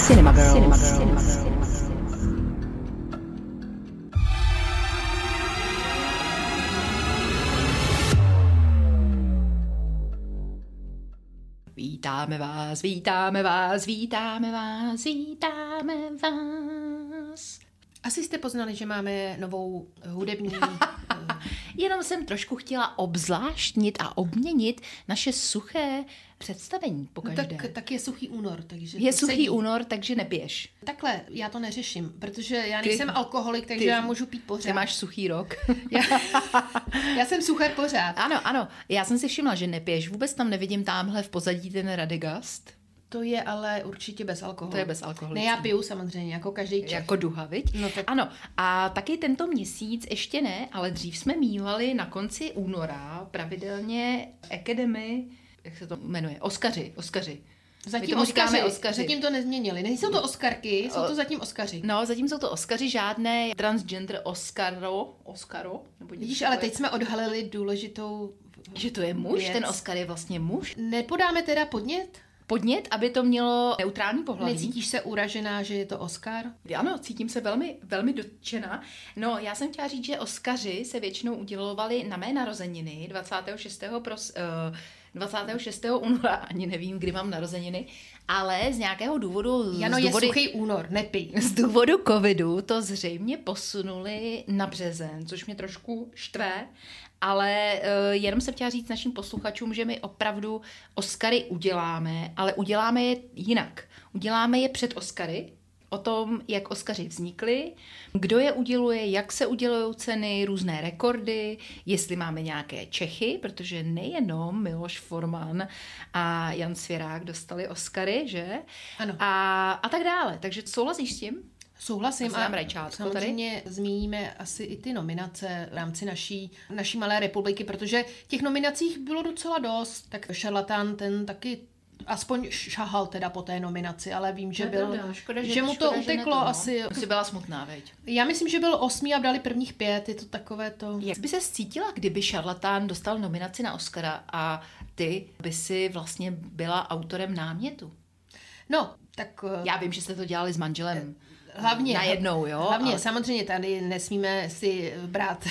Cinema Girls. Vítáme vás, vítáme vás, vítáme vás, vítáme vás. Asi jste poznali, že máme novou hudební... Jenom jsem trošku chtěla obzvláštnit a obměnit naše suché představení pokaždé. No tak je suchý únor, takže... Je suchý únor, takže nepiješ. Takhle, já to neřeším, protože já nejsem alkoholik, takže já můžu pít pořád. Ty máš suchý rok. Já jsem sucher pořád. Ano, já jsem si všimla, že nepiješ. Vůbec tam nevidím tamhle v pozadí ten Radegast. To je ale určitě bez alkoholu. To je bez alkoholu. Ne, já piju samozřejmě, jako každý Čech. Jako duha, viď? No, tak... Ano, a taky tento měsíc, ještě ne, ale dřív jsme mívali na konci února pravidelně Academy, jak se to jmenuje, Oscaři. Zatím Oscaři. Zatím to nezměnili. Nejsou to Oscarky, jsou to zatím Oscaři. No, zatím jsou to Oscaři, žádné transgender Oscaro, nebo vidíš, ale teď jsme odhalili důležitou... Že to je muž, ten Oscar je vlastně muž. Nepodáme teda podnět, aby to mělo neutrální pohlaví. Necítíš se uražená, že je to Oscar? Ano, cítím se velmi, velmi dotčena. No, já jsem chtěla říct, že Oscaři se většinou udělovali na mé narozeniny 26. února, ani nevím, kdy mám narozeniny, ale z nějakého důvodu... Jano, je suchý únor, nepij. Z důvodu covidu to zřejmě posunuli na březen, což mě trošku štve, ale jenom jsem chtěla říct našim posluchačům, že my opravdu Oscary uděláme, ale uděláme je jinak. Uděláme je před Oscary, o tom, jak Oscaři vznikly, kdo je uděluje, jak se udělují ceny, různé rekordy, jestli máme nějaké Čechy, protože nejenom Miloš Forman a Jan Svěrák dostali Oscary, že? Ano. A tak dále. Takže souhlasíš s tím? Souhlasím a samozřejmě tady zmíníme asi i ty nominace v rámci naší malé republiky, protože těch nominacích bylo docela dost. Tak Šarlatán ten taky aspoň šahal teda po té nominaci, ale vím, že byl... Že mu to uteklo asi... Jsi byla smutná, veď? Já myslím, že byl 8. a dali prvních 5, je to takové to... Jak by se cítila, kdyby Šarlatán dostal nominaci na Oscara a ty by si vlastně byla autorem námětu? No, tak... Já vím, že jste to dělali s manželem. Hlavně, najednou, jo? Hlavně, ale... samozřejmě tady nesmíme si brát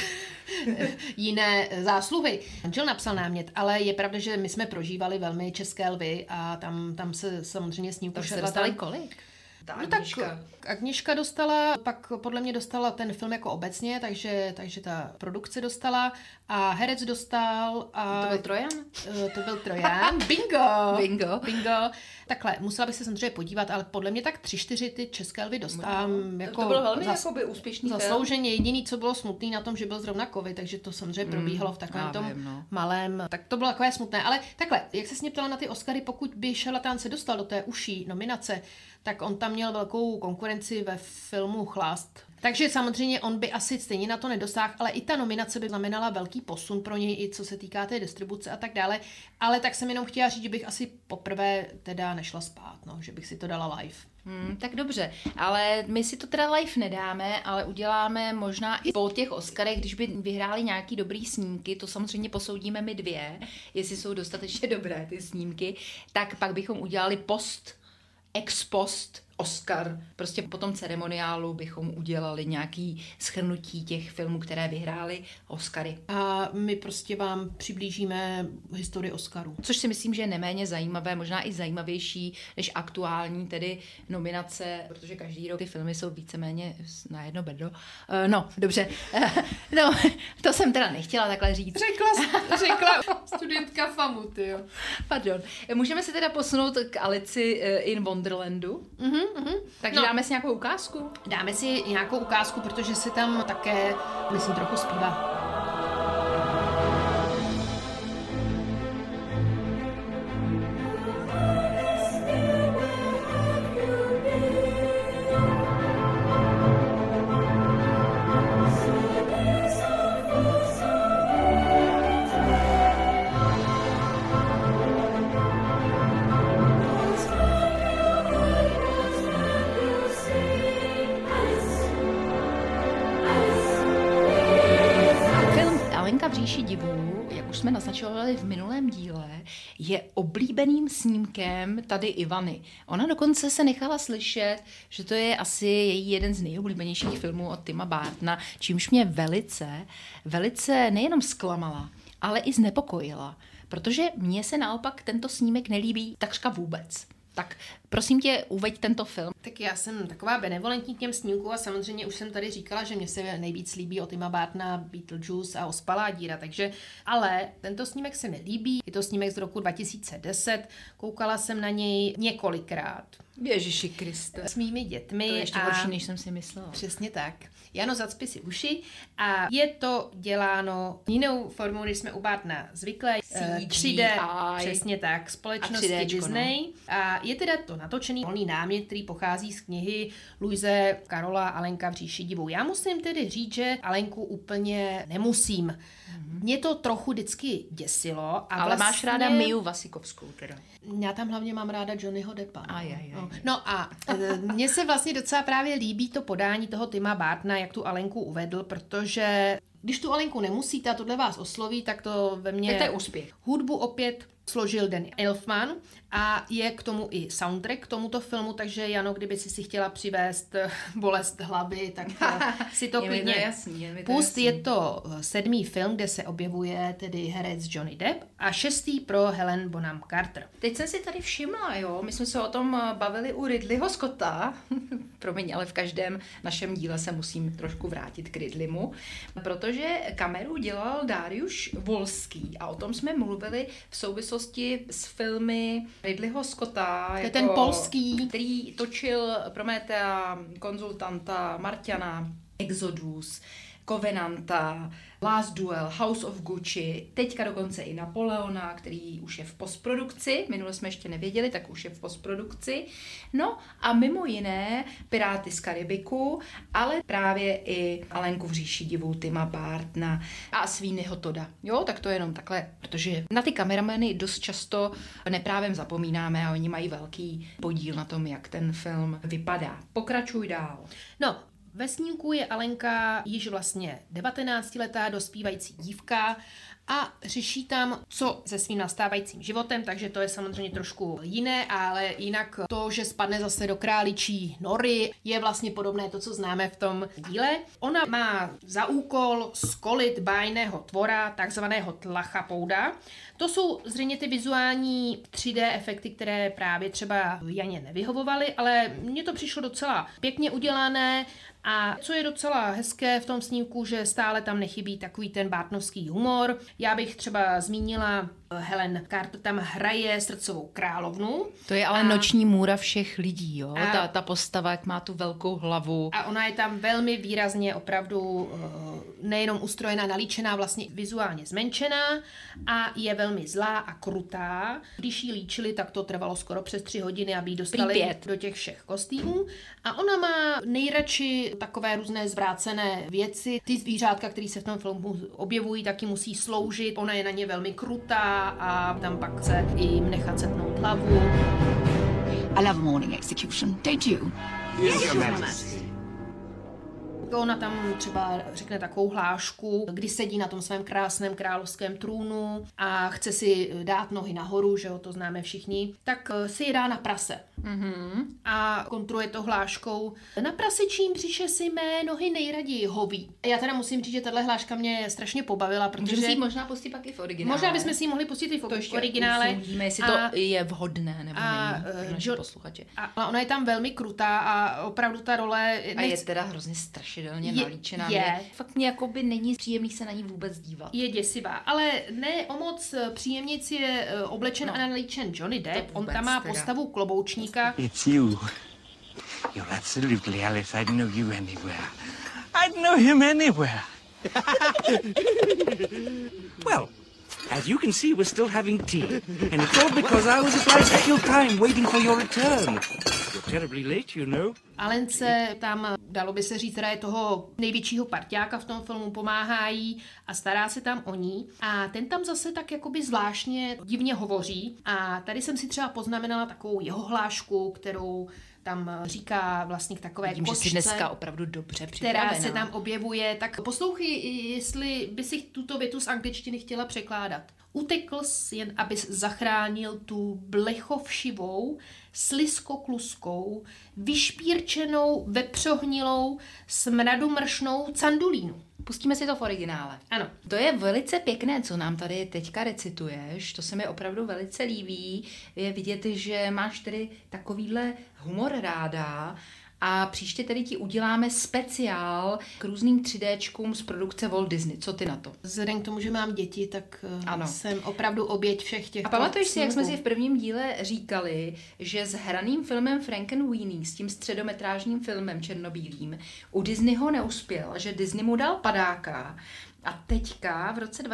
jiné zásluhy. Manžel napsal námět, ale je pravda, že my jsme prožívali velmi České lvy a tam se samozřejmě s ním pošetla. Tak jste dostali kolik? Agnieszka dostala, pak podle mě dostala ten film jako obecně, takže ta produkce dostala a herec dostal. A to byl Trojan? To byl Trojan. Bingo. Takhle, musela bych se samozřejmě podívat, ale podle mě tak 3-4 ty České lvy dostala. To byl velmi úspěšný zaslouženě. Jediný, co bylo smutný na tom, že byl zrovna covid, takže to samozřejmě probíhalo v takovém malém, tak to bylo takové smutné. Ale takhle, jak se mě ptala na ty Oscary, pokud by Šarlatán se dostal do té užší nominace, tak on tam měl velkou konkurenci ve filmu Chlast. Takže samozřejmě on by asi stejně na to nedosáhl, ale i ta nominace by znamenala velký posun pro něj, i co se týká té distribuce a tak dále. Ale tak jsem jenom chtěla říct, že bych asi poprvé teda nešla spát, že bych si to dala live. Tak dobře, ale my si to teda live nedáme, ale uděláme možná i po těch Oscarech, když by vyhráli nějaký dobrý snímky, to samozřejmě posoudíme my dvě, jestli jsou dostatečně dobré ty snímky, tak pak bychom udělali ex post Oscar. Prostě po tom ceremoniálu bychom udělali nějaký shrnutí těch filmů, které vyhrály Oscary. A my prostě vám přiblížíme historii Oscarů. Což si myslím, že je neméně zajímavé, možná i zajímavější než aktuální tedy nominace, protože každý rok ty filmy jsou víceméně na jedno bedro. No, dobře. No, to jsem teda nechtěla takhle říct. Řekla studentka FAMU, tyjo. Pardon. Můžeme se teda posunout k Alici in Wonderlandu. Takže dáme si nějakou ukázku? Dáme si nějakou ukázku, protože si tam také, myslím, trochu zpívá. Alenka v říši divů, jak už jsme naznačovali v minulém díle, Izabele je oblíbeným snímkem tady Ivany. Ona dokonce se nechala slyšet, že to je asi její jeden z nejoblíbenějších filmů od Tima Burtona, čímž mě velice nejenom zklamala, ale i znepokojila. Protože mně se naopak tento snímek nelíbí takřka vůbec. Tak prosím tě, uveď tento film. Tak já jsem taková benevolentní k těm snímkům a samozřejmě už jsem tady říkala, že mě se nejvíc líbí od Tima Burtona Beetlejuice a Ospalá díra, ale tento snímek se mi líbí. Je to snímek z roku 2010, koukala jsem na něj několikrát. Ježiši Kriste. S mými dětmi. To je ještě horší, než jsem si myslela. Přesně tak. Jano, zacpi si uši a je to děláno jinou formou, než jsme u Burtona zvyklé. 3D, přesně tak, společnosti Disney. No. A je teda to natočený volný námět, který pochází z knihy Louise Carola Alenka v říši divů. Já musím tedy říct, že Alenku úplně nemusím. Mě to trochu vždycky děsilo. Ale vlastně máš ráda Miu Vasikovskou teda. Já tam hlavně mám ráda Johnnyho Deppa. No a mně se vlastně docela právě líbí to podání toho Tima Burtona, jak tu Alenku uvedl, protože když tu Alenku nemusíte a tohle vás osloví, tak to ve mně... Tak to je úspěch. Hudbu opět složil Danny Elfman a je k tomu i soundtrack k tomuto filmu, takže Jano, kdyby si chtěla přivést bolest hlavy, tak si to klidně pust. Je to 7. film, kde se objevuje tedy herec Johnny Depp a 6. pro Helen Bonham Carter. Teď jsem si tady všimla, my jsme se o tom bavili u Ridleyho Scotta, promiň, ale v každém našem díle se musím trošku vrátit k Ridleymu, protože kameru dělal Dariusz Wolski a o tom jsme mluvili v souvislosti s filmy Ridleyho Scotta, to je ten polský, který točil Prometea, Konzultanta, Marťana, Exodus, Covenanta, Last Duel, House of Gucci, teďka dokonce i Napoleona, který už je v postprodukci, minule jsme ještě nevěděli, tak už je v postprodukci. No a mimo jiné Piráty z Karibiku, ale právě i Alenku v říši divů Tima Burtona a Sweeneyho Todda. Tak to je jenom takhle, protože na ty kameramany dost často neprávem zapomínáme a oni mají velký podíl na tom, jak ten film vypadá. Pokračuj dál. No, ve snímku je Alenka již vlastně 19letá dospívající dívka a řeší tam, co se svým nastávajícím životem, takže to je samozřejmě trošku jiné, ale jinak to, že spadne zase do králičí nory, je vlastně podobné to, co známe v tom díle. Ona má za úkol skolit bájného tvora, takzvaného Tlachapouda. To jsou zřejmě ty vizuální 3D efekty, které právě třeba Janě nevyhovovaly, ale mně to přišlo docela pěkně udělané. A co je docela hezké v tom snímku, že stále tam nechybí takový ten Burtonovský humor. Já bych třeba zmínila Helen Carter, tam hraje srdcovou královnu. To je ale noční můra všech lidí, jo? Ta postava, jak má tu velkou hlavu. A ona je tam velmi výrazně opravdu nejenom ustrojená, nalíčená, vlastně vizuálně zmenšená a je velmi zlá a krutá. Když ji líčili, tak to trvalo skoro přes 3 hodiny, aby ji dostali do těch všech kostýmů. A ona má nejradši takové různé zvrácené věci. Ty zvířátka, které se v tom filmu objevují, taky musí sloužit. Ona je na ně velmi krutá a tam pak chce jim nechat setnout hlavu. I love a morning execution, don't you? Yes, Your Majesty. Ona tam třeba řekne takovou hlášku, kdy sedí na tom svém krásném královském trůnu a chce si dát nohy nahoru, že jo, to známe všichni, tak si je dá na prase. Mm-hmm. A kontruje to hláškou: na prasečím břiše si mé nohy nejraději hoví. Já teda musím říct, že tahle hláška mě strašně pobavila, protože... Můžeme si ji možná pustit pak i v originále. Možná bychom si ji mohli pustit i v originále. Uvidíme, jestli to je vhodné nebo není pro naše posluchače. A ona je tam velmi krutá a opravdu ta role... A je teda hrozně strašidelně nalíčená. Fakt mě jakoby není příjemný se na ní vůbec dívat. Je děsivá, ale ne o moc příjemnic je oblečen a nalíčen Johnny Depp. On tam má postavu kloboučníka. It's you. You're absolutely Alice. I'd know you anywhere. I'd know him anywhere. Well, as you can see, we're still having tea. And it's all because I was obliged to kill time waiting for your return. You're terribly late, you know. Alence tam, dalo by se říct, teda je toho největšího parťáka v tom filmu, pomáhá jí a stará se tam o ní. A ten tam zase tak jakoby zvláštně divně hovoří. A tady jsem si třeba poznamenala takovou jeho hlášku, kterou tam říká vlastně k takové Vidím, kočce, že jsi dneska opravdu dobře připravená. Která se tam objevuje. Tak poslouchej, jestli by si tuto větu z angličtiny chtěla překládat. Utekl jen, abys zachránil tu blechovšivou, sliskokluskou, vyšpírčenou, vepřohnilou, smradomršnou candulínu. Pustíme si to v originále. Ano. To je velice pěkné, co nám tady teďka recituješ. To se mi opravdu velice líbí. Je vidět, že máš tedy takovýhle humor ráda. A příště tedy ti uděláme speciál k různým 3Dčkům z produkce Walt Disney. Co ty na to? Vzhledem k tomu, že mám děti, tak ano. Jsem opravdu oběť všech těch. A pamatuješ si, jak jsme si v prvním díle říkali, že s hraným filmem Frankenweenie, s tím středometrážním filmem černobílým, u Disneyho neuspěl, že Disney mu dal padáka. A teďka v roce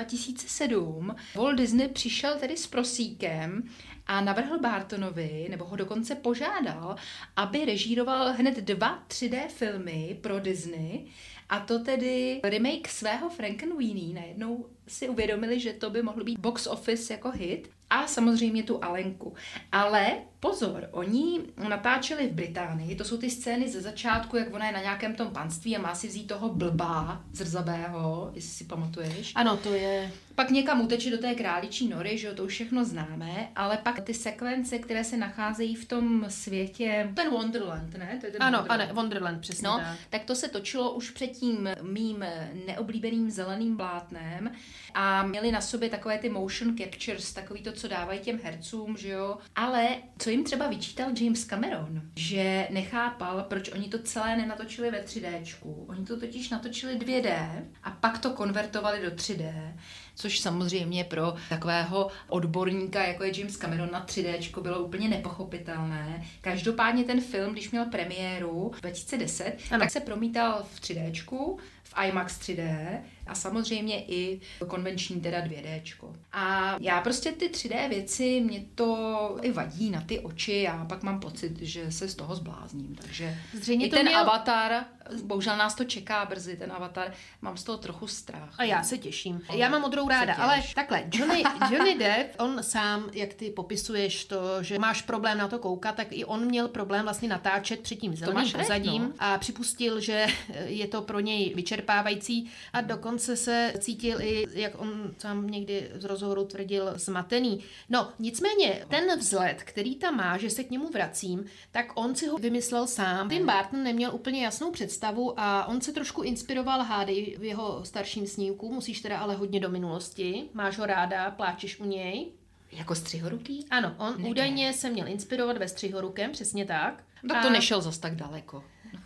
2007 Walt Disney přišel tedy s prosíkem a navrhl Bartonovi, nebo ho dokonce požádal, aby režíroval hned 2 3D filmy pro Disney, a to tedy remake svého Frankenweenie. Najednou si uvědomili, že to by mohl být box office jako hit, a samozřejmě tu Alenku. Ale pozor, oni natáčeli v Británii, to jsou ty scény ze začátku, jak ona je na nějakém tom panství a má si vzít toho blbá zrzavého, jestli si pamatuješ. Ano, to je. Pak někam uteče do té králičí nory, že jo, to už všechno známe, ale pak ty sekvence, které se nacházejí v tom světě, ten Wonderland, ne? To je ten ano, Wonderland, přesně tak to se točilo už před tím mým neoblíbeným zeleným blátnem a měli na sobě takové ty motion captures, takový to, co dávají těm hercům, že jo. Ale co jim třeba vyčítal James Cameron, že nechápal, proč oni to celé nenatočili ve 3Dčku. Oni to totiž natočili 2D a pak to konvertovali do 3D, což samozřejmě pro takového odborníka, jako je James Cameron, na 3Dčko bylo úplně nepochopitelné. Každopádně ten film, když měl premiéru 2010, tak se promítal v 3Dčku, v IMAX 3D a samozřejmě i konvenční teda 2Dčko. A já prostě ty 3D věci, mě to i vadí na ty oči, já pak mám pocit, že se z toho zblázním, takže zřejmě i ten Avatar, bohužel nás to čeká brzy, ten Avatar, mám z toho trochu strach. A já se těším. Já mám modrou ráda, ale takhle, Johnny Depp, on sám, jak ty popisuješ to, že máš problém na to koukat, tak i on měl problém vlastně natáčet před tím zeleným pozadím a připustil, že je to pro něj vyčerpávající a dokonce se cítil i, jak on sám někdy z rozhovoru tvrdil, zmatený. No, nicméně, ten vzhled, který tam má, že se k němu vracím, tak on si ho vymyslel sám. Tim Burton neměl úplně jasnou představu a on se trošku inspiroval Hádej v jeho starším snímku, musíš teda ale hodně do minulosti, máš ho ráda, pláčeš u něj. Jako Střihoruký? Ano, on údajně se měl inspirovat ve Střihorukem, přesně tak. Tak to nešel zas tak daleko.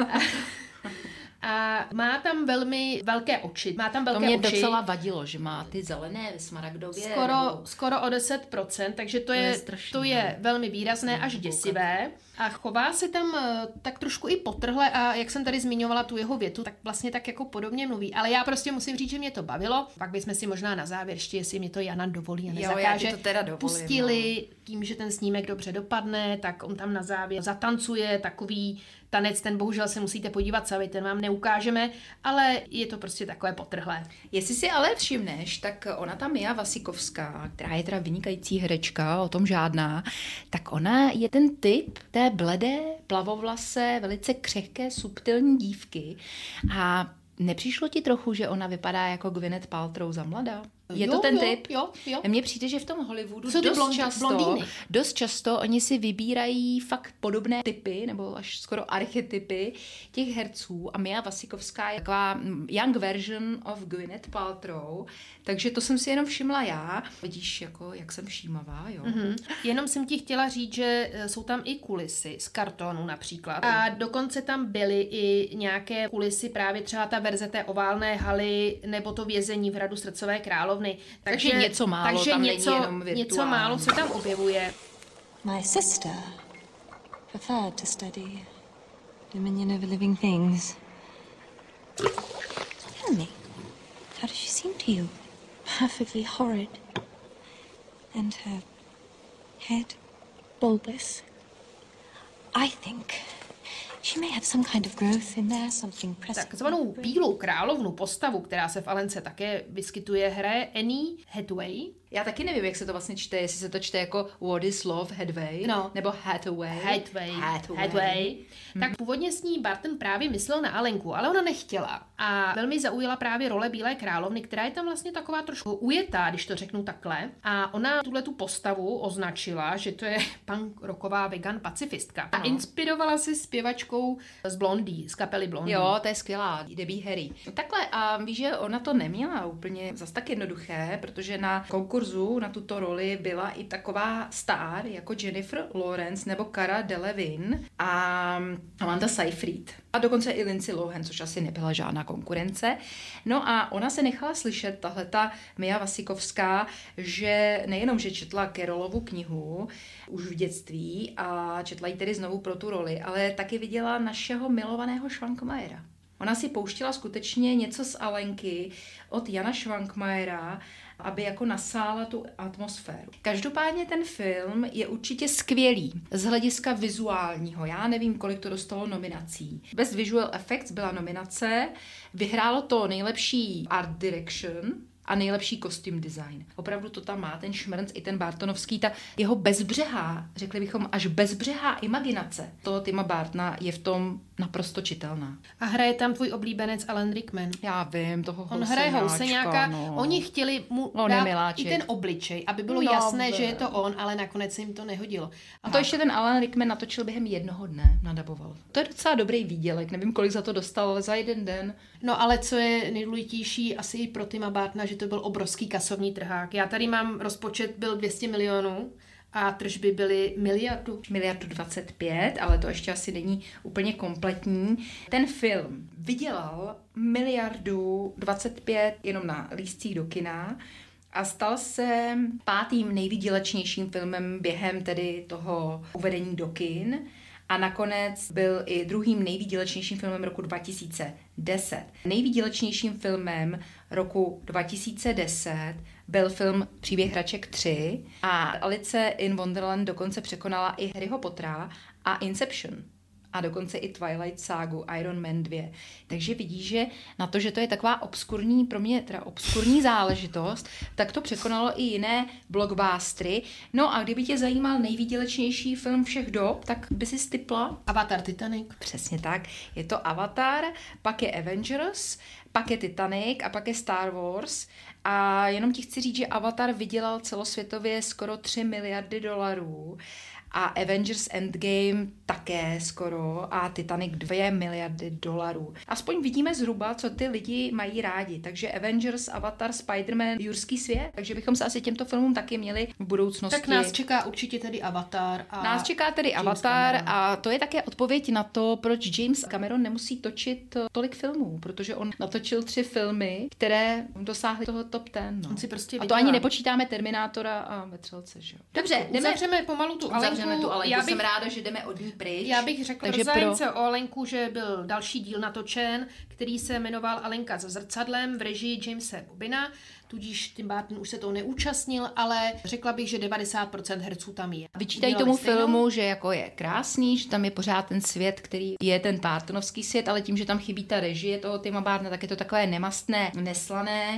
A má tam velmi velké oči. To mě docela vadilo, že má ty zelené smaragdově. Skoro o 10%, takže to je velmi výrazné až děsivé. A chová se tam tak trošku i potrhle a jak jsem tady zmiňovala tu jeho větu, tak vlastně tak jako podobně mluví. Ale já prostě musím říct, že mě to bavilo. Pak bychom si možná na závěr, ještě jestli mi to Jana dovolí a nezakáže, to teda dovolím, pustili tím, že ten snímek dobře dopadne, tak on tam na závěr zatancuje takový tanec, ten bohužel se musíte podívat sami, ten vám neukážeme, ale je to prostě takové potrhlé. Jestli si ale všimneš, tak ona ta Mia Wasikowská, která je teda vynikající herečka, o tom žádná, tak ona je ten typ té bledé, plavovlasé, velice křehké, subtilní dívky. A nepřišlo ti trochu, že ona vypadá jako Gwyneth Paltrow za mladá? Je to ten typ? Jo. Mně přijde, že v tom Hollywoodu blondýny. Dost často oni si vybírají fakt podobné typy, nebo až skoro archetypy těch herců. A Mia Wasikowská je taková young version of Gwyneth Paltrow. Takže to jsem si jenom všimla já. Vidíš, jako, jak jsem všímavá, jo? Mm-hmm. Jenom jsem ti chtěla říct, že jsou tam i kulisy z kartonu například. A dokonce tam byly i nějaké kulisy, právě třeba ta verze té oválné haly, nebo to vězení v hradu Srdcové královny. Takže něco málo, tam není jenom virtuální. Něco málo se tam objevuje. My sister preferred to study dominion over living things. Tell me, how does she seem to you? Perfectly horrid. And her head bulbous. I think she may have some kind of growth in there, something pressing. Takzvanou bílou královnu postavu, která se v Alence také vyskytuje, hraje Annie Hathaway. Já taky nevím, jak se to vlastně čte, jestli se to čte jako What is Love, Hathaway, nebo Hathaway. Tak původně s ní Barton právě myslel na Alenku, ale ona nechtěla. A velmi zaujala právě role Bílé královny, která je tam vlastně taková trošku ujetá, když to řeknu takhle. A ona tu postavu označila, že to je punk rocková vegan pacifistka. A inspirovala se zpěvačkou z Blondie, z kapely Blondie. Jo, to je skvělá, Debbie Harry. Takhle, a víš, že ona to neměla úplně zas tak jednoduché, protože na konkurzu na tuto roli byla i taková star jako Jennifer Lawrence nebo Cara Delevingne a Amanda Seyfried. A dokonce i Lindsay Lohan, což asi nebyla žádná konkurence. No a ona se nechala slyšet, tahleta Mia Wasikowská, že nejenom, že četla Carrollovu knihu už v dětství a četla ji tedy znovu pro tu roli, ale taky viděla našeho milovaného Schwankmayera. Ona si pouštila skutečně něco z Alenky od Jana Schwankmayera, aby jako nasála tu atmosféru. Každopádně ten film je určitě skvělý z hlediska vizuálního. Já nevím, kolik to dostalo nominací. Best Visual Effects byla nominace, vyhrálo to nejlepší Art Direction a nejlepší costume design. Opravdu to tam má ten šmrnc i ten Bartonovský, ta jeho bezbřehá, řekli bychom až bezbřehá imaginace toho Tima Bartona je v tom naprosto čitelná. A hraje tam tvůj oblíbenec Alan Rickman. Já vím, toho On hraje houseňáka, no. Oni chtěli mu dát i ten obličej, aby bylo jasné, že je to on, ale nakonec jim to nehodilo. A to ještě ten Alan Rickman natočil během jednoho dne, nadaboval. To je docela dobrý výdělek, nevím, kolik za to dostal, ale za jeden den. No ale co je nejdůležitější asi i pro Tima Bartona, že to byl obrovský kasovní trhák. Já tady mám rozpočet, byl 200 milionů a tržby byly miliardu 25, ale to ještě asi není úplně kompletní. Ten film vydělal 1,25 jenom na lístcích do kina a stal se 5. nejvýdělečnějším filmem během tedy toho uvedení do kin. A nakonec byl i 2. nejvýdělečnějším filmem roku 2010. Nejvýdělečnějším filmem roku 2010 byl film Příběh hraček 3 a Alice in Wonderland dokonce překonala i Harryho Pottera a Inception. A dokonce i Twilight Ságu, Iron Man 2. Takže vidíš, že na to, že to je taková obskurní, pro mě teda obskurní záležitost, tak to překonalo i jiné blockbustery. No a kdyby tě zajímal nejvýdělečnější film všech dob, tak by si stipla Avatar, Titanic. Přesně tak. Je to Avatar, pak je Avengers, pak je Titanic a pak je Star Wars. A jenom ti chci říct, že Avatar vydělal celosvětově skoro 3 miliardy dolarů. A Avengers Endgame také skoro a Titanic 2 miliardy dolarů. Aspoň vidíme zhruba, co ty lidi mají rádi. Takže Avengers, Avatar, Spider-Man, Jurský svět. Takže bychom se asi těmto filmům taky měli v budoucnosti. Tak nás čeká určitě tedy Avatar. Nás čeká tedy Avatar a to je také odpověď na to, proč James Cameron nemusí točit tolik filmů, protože on natočil 3 filmy, které dosáhly toho top 10. No. On si prostě a to ani nepočítáme Terminátora a Vetřelce, že jo. Dobře, uzavřeme pomalu tu Alenku. Já jsem ráda, že jdeme od ní pryč. Já bych řekla pro zájemce o Alenku, že byl další díl natočen, který se jmenoval Alenka za zrcadlem v režii Jamese Bobina, tudíž Tim Burton už se toho neúčastnil, ale řekla bych, že 90% herců tam je. Vyčítají tomu filmu, že jako je krásný, že tam je pořád ten svět, který je ten Burtonovský svět, ale tím, že tam chybí ta režie toho Tima Burtona, tak je to takové nemastné, neslané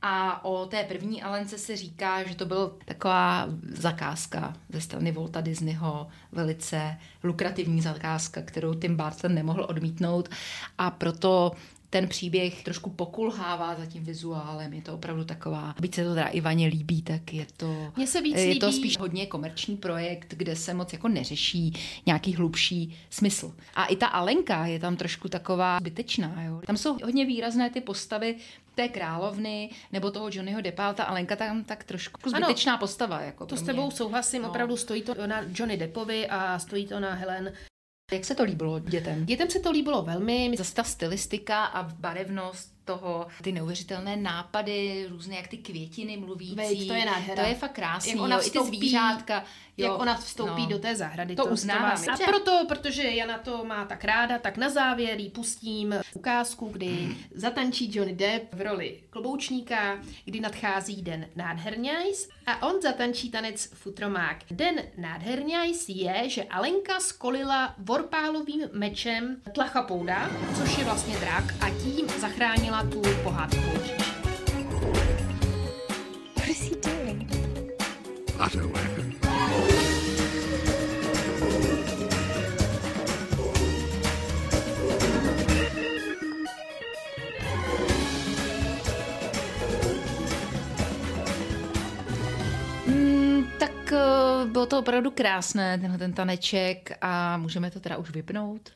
a o té první Alence se říká, že to byla taková zakázka ze strany Walta Disneyho, velice lukrativní zakázka, kterou Tim Burton nemohl odmítnout a proto ten příběh trošku pokulhává za tím vizuálem, je to opravdu taková, byť se to teda Ivaně líbí, tak je to, je to spíš hodně komerční projekt, kde se moc jako neřeší nějaký hlubší smysl. A i ta Alenka je tam trošku taková zbytečná, jo. Tam jsou hodně výrazné ty postavy té královny nebo toho Johnnyho Deppa, ta Alenka tam tak trošku zbytečná postava. Jako to s tebou souhlasím, opravdu stojí to na Johnny Deppovi a stojí to na Helen. Jak se to líbilo dětem? Dětem se to líbilo velmi. Zase ta stylistika a barevnost toho, ty neuvěřitelné nápady, různé jak ty květiny mluvící. Veď, to je nádhera. To je fakt krásný, jak ona vstoupí, i ty zvířátka. Jak ona vstoupí do té zahrady. To uznávám. A proto, protože Jana to má tak ráda, tak na závěr jí pustím ukázku, kdy zatančí Johnny Depp v roli kloboučníka, kdy nadchází Den nádherňajs a on zatančí tanec futromák. Den nádherňajs je, že Alenka skolila vorpálovým mečem tlachapouda, což je vlastně drak, a tím zachránila tu pohádku. What is he doing? Utterware. Bylo to opravdu krásné, ten taneček, a můžeme to teda už vypnout?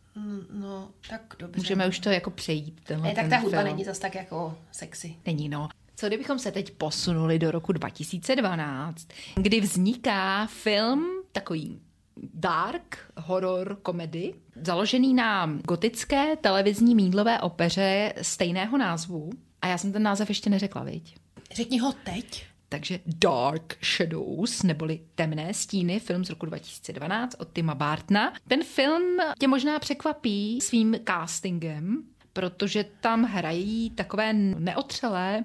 No, tak dobře. Můžeme už to jako přejít. Tak ta hudba není zas tak jako sexy. Není, no. Co kdybychom se teď posunuli do roku 2012, kdy vzniká film takový dark horror komedy, založený na gotické televizní mýdlové opeře stejného názvu. A já jsem ten název ještě neřekla, viď? Řekni ho teď. Takže Dark Shadows, neboli Temné stíny, film z roku 2012 od Tima Burtona. Ten film tě možná překvapí svým castingem, protože tam hrají takové neotřelé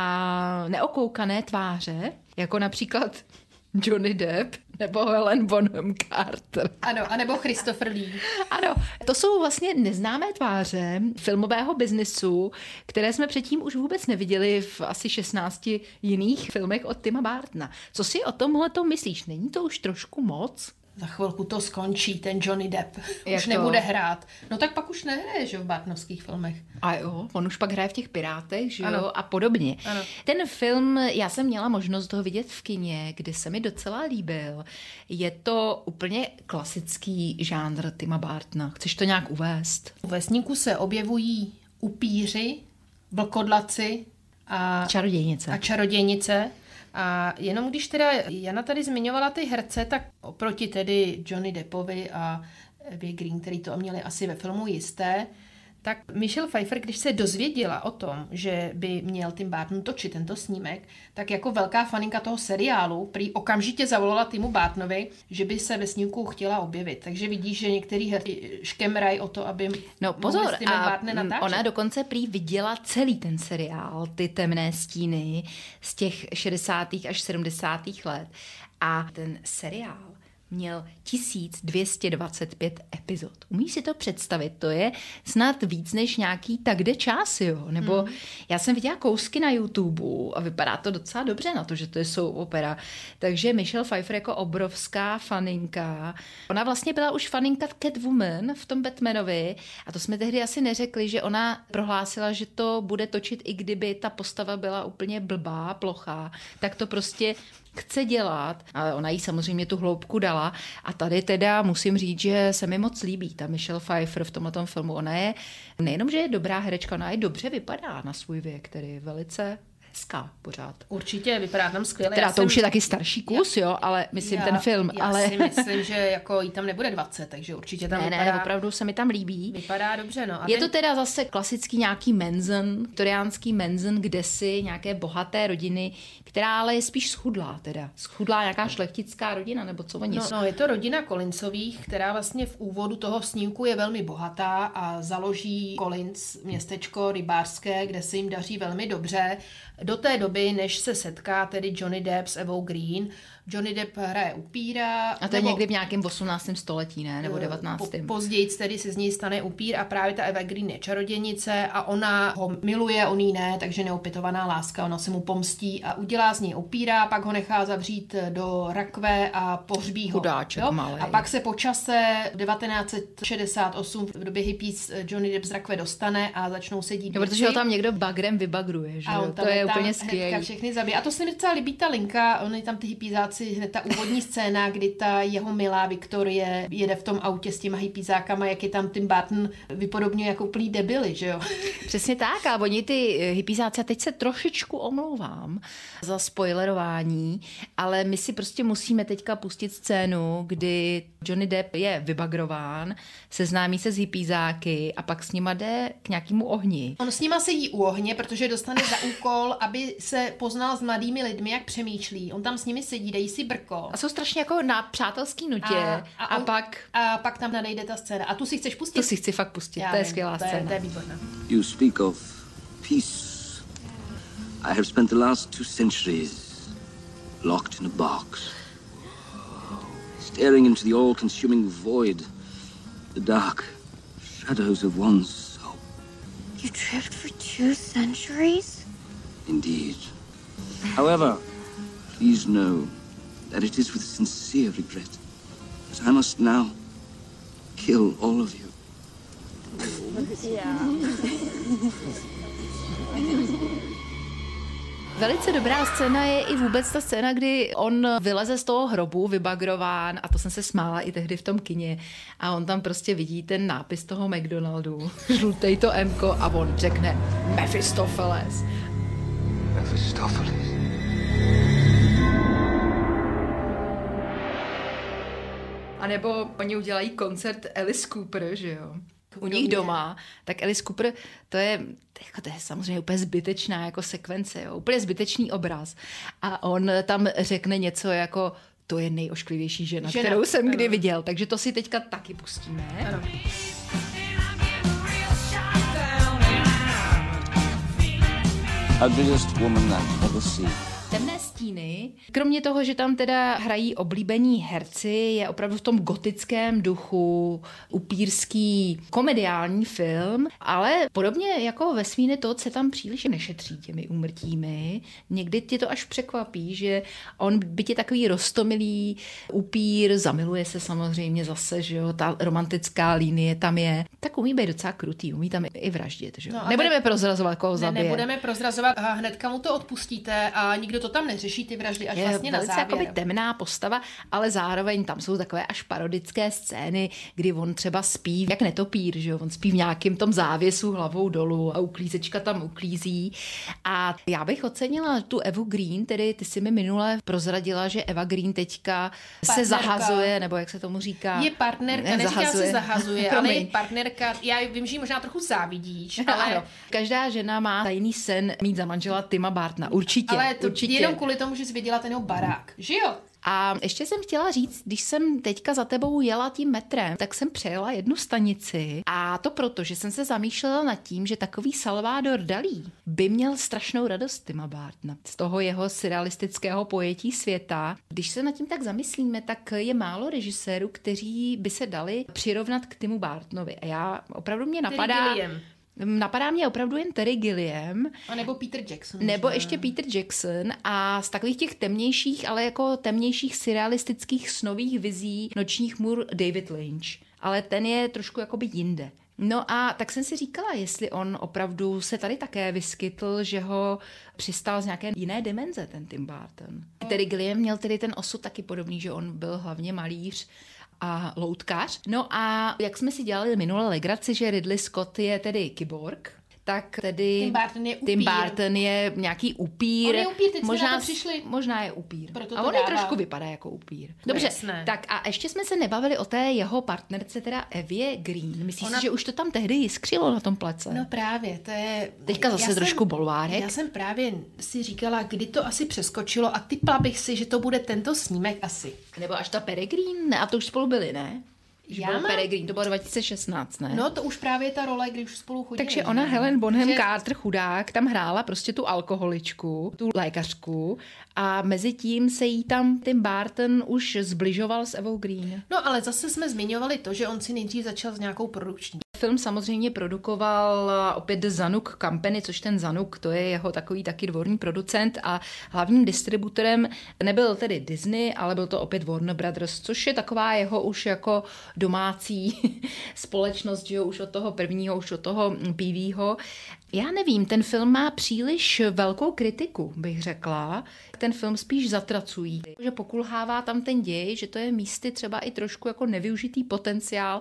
a neokoukané tváře, jako například Johnny Depp nebo Helen Bonham Carter. Ano, anebo Christopher Lee. Ano, to jsou vlastně neznámé tváře filmového biznesu, které jsme předtím už vůbec neviděli v asi 16 jiných filmech od Tima Burtona. Co si o tomhleto myslíš? Není to už trošku moc? Za chvilku to skončí, ten Johnny Depp. Jak už to? Nebude hrát. No tak pak už nehraje, že v Burtonovských filmech. A jo, on už pak hraje v těch Pirátech, že jo, ano. A podobně. Ano. Ten film, já jsem měla možnost ho vidět v kině, kde se mi docela líbil. Je to úplně klasický žánr Tima Burtona. Chceš to nějak uvést? U vesníku se objevují upíři, vlkodlaci a čarodějnice. A jenom když teda Jana tady zmiňovala ty herce, tak oproti tedy Johnny Deppovi a Evě Green, který to měli asi ve filmu jisté, tak Michelle Pfeiffer, když se dozvěděla o tom, že by měl Tim Burton točit tento snímek, tak jako velká faninka toho seriálu prý okamžitě zavolala Timu Burtonovi, že by se ve snímku chtěla objevit. Takže vidíš, že některý herci škemrají o to, aby pozor, s Timem Burtonem natáčet. Ona dokonce prý viděla celý ten seriál, ty Temné stíny z těch 60. až 70. let. A ten seriál měl 1225 epizod. Umíš si to představit? To je snad víc než nějaký Tak jde čas, jo? Nebo já jsem viděla kousky na YouTube a vypadá to docela dobře na to, že to je soap opera. Takže Michelle Pfeiffer jako obrovská faninka. Ona vlastně byla už faninka Catwoman v tom Batmanovi a to jsme tehdy asi neřekli, že ona prohlásila, že to bude točit, i kdyby ta postava byla úplně blbá, plochá. Tak to prostě chce dělat, ale ona jí samozřejmě tu hloubku dala a tady teda musím říct, že se mi moc líbí ta Michelle Pfeiffer v tomto filmu. Ona je nejenom, že je dobrá herečka, ona je dobře vypadá na svůj věk, který je velice hezká pořád. Určitě, vypadá tam skvěle. Teda to už je taky starší kus, jo, ale myslím ten film. Já si myslím, že jako jí tam nebude 20, takže určitě tam vypadá... Ne, opravdu se mi tam líbí. Vypadá dobře, no. A je to teda zase klasický nějaký Manson, viktoriánský Manson, kdesi nějaké bohaté rodiny, která ale je spíš schudlá teda. Schudlá nějaká šlechtická rodina, nebo co oni jsou? No, je to rodina Collinsových, která vlastně v úvodu toho snímku je velmi bohatá a založí Collins městečko rybářské, kde se jim daří velmi dobře. Do té doby, než se setká tedy Johnny Depp s Evou Green. Johnny Depp hraje upíra. A to je někdy v nějakém 18. století, ne? Nebo 19. Později tedy se z něj stane upír a právě ta Eva Green je čarodějnice a ona ho miluje, on jí ne, takže neopětovaná láska, ona se mu pomstí a udělá z něj upíra, pak ho nechá zavřít do rakve a pohřbí ho. Chudáček malej. A pak se po čase 1968 v době hippies Johnny Depp z rakve dostane a začnou se dít. Protože ho tam někdo bagrem vybagruje, že jo? To je úplně skvělé. Všechny zabije. A to se mi docela líbí ta linka, oni tam ty hippiezáci, hned ta úvodní scéna, kdy ta jeho milá Viktorie jede v tom autě s těma hippiezákama, jak je tam Tim Burton vypodobňuje jako úplný debily, že jo? Přesně tak a oni ty hippiezáci, a teď se trošičku omlouvám za spoilerování, ale my si prostě musíme teďka pustit scénu, kdy Johnny Depp je vybagrován, seznámí se s hippiezáky a pak s nima jde k nějakému ohni. On s nima sedí u ohně, protože dostane za úkol, aby se poznal s mladými lidmi, jak přemýšlí. On tam s nimi sedí, dají si brko. A jsou strašně jako na přátelský nutě. A pak tam nadejde ta scéna. A tu si chceš pustit? Tu si chci fakt pustit, to je skvělá scéna. To je výborná. You speak of peace. I have spent the last 2 centuries locked in a box, staring into the all-consuming void, the dark shadows of one's soul. You drift for 2 centuries? Indeed. However, please know that it is with sincere regret that I must now kill all of you. Velice dobrá scéna je i vůbec ta scéna, kdy on vyleze z toho hrobu, vybagrován, a to jsem se smála i tehdy v tom kině, a on tam prostě vidí ten nápis toho McDonaldu, žlutej to Mko, a on řekne Mephistopheles. Mephistopheles. A nebo oni udělají koncert Alice Cooper, že jo? U nich doma, tak Alice Cooper, to je samozřejmě úplně zbytečná jako sekvence, jo? Úplně zbytečný obraz. A on tam řekne něco jako, to je nejošklivější žena, kterou jsem kdy viděl. Takže to si teďka taky pustíme. Ano. Ugliest woman I've ever seen. Temné stíny, kromě toho, že tam teda hrají oblíbení herci, je opravdu v tom gotickém duchu upírský komediální film, ale podobně jako ve Svíny Todd se tam příliš nešetří těmi úmrtími. Někdy tě to až překvapí, že on byť je takový roztomilý upír, zamiluje se samozřejmě zase, že jo, ta romantická linie tam je, tak umí být docela krutý, umí tam i vraždit, že jo. No, nebudeme prozrazovat, koho zabije. Nebudeme prozrazovat, a hnedka mu to odpustíte a nikdo to tam neřeší, ty vraždy, až vlastně na závěr. Je velice temná postava, ale zároveň tam jsou takové až parodické scény, kdy on třeba spí jak netopír, že jo? On spí v nějakém tom závěsu hlavou dolů a uklízečka tam uklízí. A já bych ocenila tu Evu Green, tedy ty si mi minule prozradila, že Eva Green teďka se zahazuje, nebo jak se tomu říká? Je partnerka, neříká se zahazuje, ale je partnerka. Já vím, že ji možná trochu závidíš, ale... Ano. Každá žena má tajný sen mít za manžela Tima Burtona. Určitě. Ale to určitě. Jenom kvůli tomu, že jsi viděla ten jeho barák, že jo? A ještě jsem chtěla říct, když jsem teďka za tebou jela tím metrem, tak jsem přejela jednu stanici, a to proto, že jsem se zamýšlela nad tím, že takový Salvador Dalí by měl strašnou radost Tima Burtona z toho jeho surrealistického pojetí světa. Když se nad tím tak zamyslíme, tak je málo režisérů, kteří by se dali přirovnat k Timu Burtonovi. A já opravdu mě napadá mě opravdu jen Terry Gilliam. A nebo Peter Jackson. Nebo ještě Peter Jackson, a z takových těch temnějších, ale jako temnějších surrealistických snových vizí Nočních můr David Lynch. Ale ten je trošku jakoby jinde. No a tak jsem si říkala, jestli on opravdu se tady také vyskytl, že ho přistál z nějaké jiné dimenze, ten Tim Burton. Terry Gilliam měl tedy ten osud taky podobný, že on byl hlavně malíř a loutkař. No a jak jsme si dělali minule legraci, že Ridley Scott je tedy kyborg, tak tedy Tim Burton je nějaký upír. On je upír, teď možná, na to přišli. Možná je upír. Proto a on je trošku vypadá jako upír. Dobře, tak a ještě jsme se nebavili o té jeho partnerce, teda Evě Green. Myslíš si, že už to tam tehdy jiskřilo na tom plece? No právě, to je... Teďka zase trošku bolvárek. Já jsem právě si říkala, kdy to asi přeskočilo, a tipla bych si, že to bude tento snímek asi. Nebo až ta Peregrine? Ne, a to už spolu byli, ne? Peregrine, to bylo 2016, ne? No to už právě ta role, kdy už spolu chodili. Takže ona, Helen Bonham Carter, chudák, tam hrála prostě tu alkoholičku, tu lékařku, a mezi tím se jí tam Tim Burton už zbližoval s Evou Green. No ale zase jsme zmiňovali to, že on si nejdřív začal s nějakou produkční. Film samozřejmě produkoval opět The Zanuck Company, což ten Zanuck, to je jeho takový taky dvorní producent, a hlavním distributorem nebyl tedy Disney, ale byl to opět Warner Brothers, což je taková jeho už jako domácí společnost, že jo, už od toho prvního, už od toho PVho. Já nevím, ten film má příliš velkou kritiku, bych řekla. Ten film spíš zatracují, že pokulhává tam ten děj, že to je místy třeba i trošku jako nevyužitý potenciál,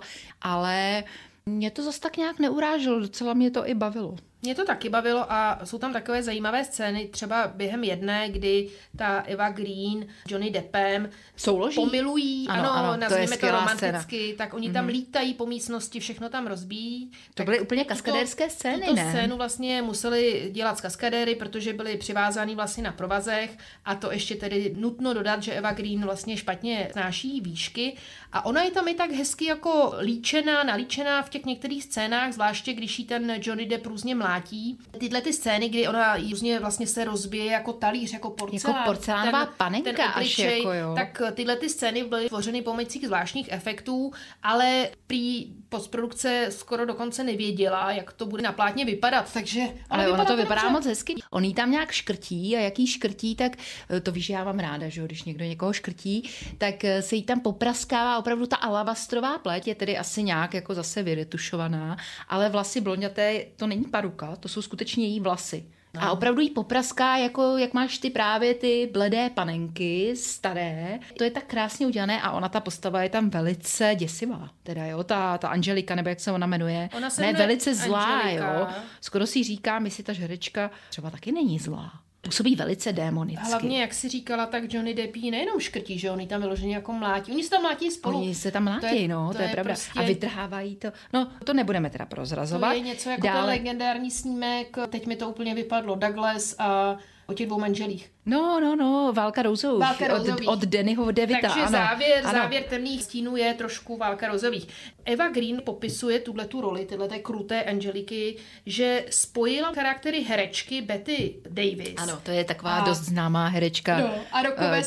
ale mě to zase tak nějak neuráželo, docela mě to i bavilo. Mě to taky bavilo a jsou tam takové zajímavé scény, třeba během jedné, kdy ta Eva Green, Johnny Deppem pomilují, ano, nazvíme to romanticky, scéna. Tak oni tam lítají po místnosti, všechno tam rozbíjí. To byly úplně kaskadérské scény, ne? Tuto scénu vlastně museli dělat z kaskadéry, protože byli přivázány vlastně na provazech, a to ještě tedy nutno dodat, že Eva Green vlastně špatně snáší výšky, a ona je tam i tak hezky jako nalíčená v těch některých scénách, zvláště když jí ten Johnny Depp různě mlátí. Tyhle ty scény, kdy ona různě vlastně se rozbije jako talíř, jako porcelán. Jako porcelánová panenka až jako jo. Tak tyhle ty scény byly tvořeny pomocí zvláštních efektů, ale prý postprodukce skoro dokonce nevěděla, jak to bude na plátně vypadat, takže... Ale ono to vypadá moc hezky. On jí tam nějak škrtí a jak jí škrtí, tak to víš, já mám ráda, že když někdo někoho škrtí, tak se jí tam popraskává opravdu ta alabastrová pleť, je tedy asi nějak jako zase vyretušovaná, ale vlasy blonďaté, to není paruka, to jsou skutečně její vlasy. A opravdu jí popraská, jako jak máš ty právě ty bledé panenky, staré. To je tak krásně udělané a ona, ta postava je tam velice děsivá. Teda jo, ta Angelika, nebo jak se ona jmenuje. Ona se ne, velice zlá, Angelika. jo. Skoro si říkám, jestli ta žerečka třeba taky není zlá. Působí velice démonicky. Hlavně, jak si říkala, tak Johnny Depp jí nejenom škrtí, že on jí tam vyloženě jako mlátí. Oni se tam mlátí spolu. Oni se tam mlátí, to je pravda. Prostě... A vytrhávají to. No, to nebudeme teda prozrazovat. To je něco jako ten legendární snímek, teď mi to úplně vypadlo, Douglas a o těch dvou manželích. No, Válka rouzových. Od Dannyho DeVita. Takže ano. závěr Temných stínů je trošku Válka rozových. Eva Green popisuje tuhletu roli, tyhle kruté Angeliky, že spojila charaktery herečky Betty Davis. Ano, to je taková dost známá herečka. No, a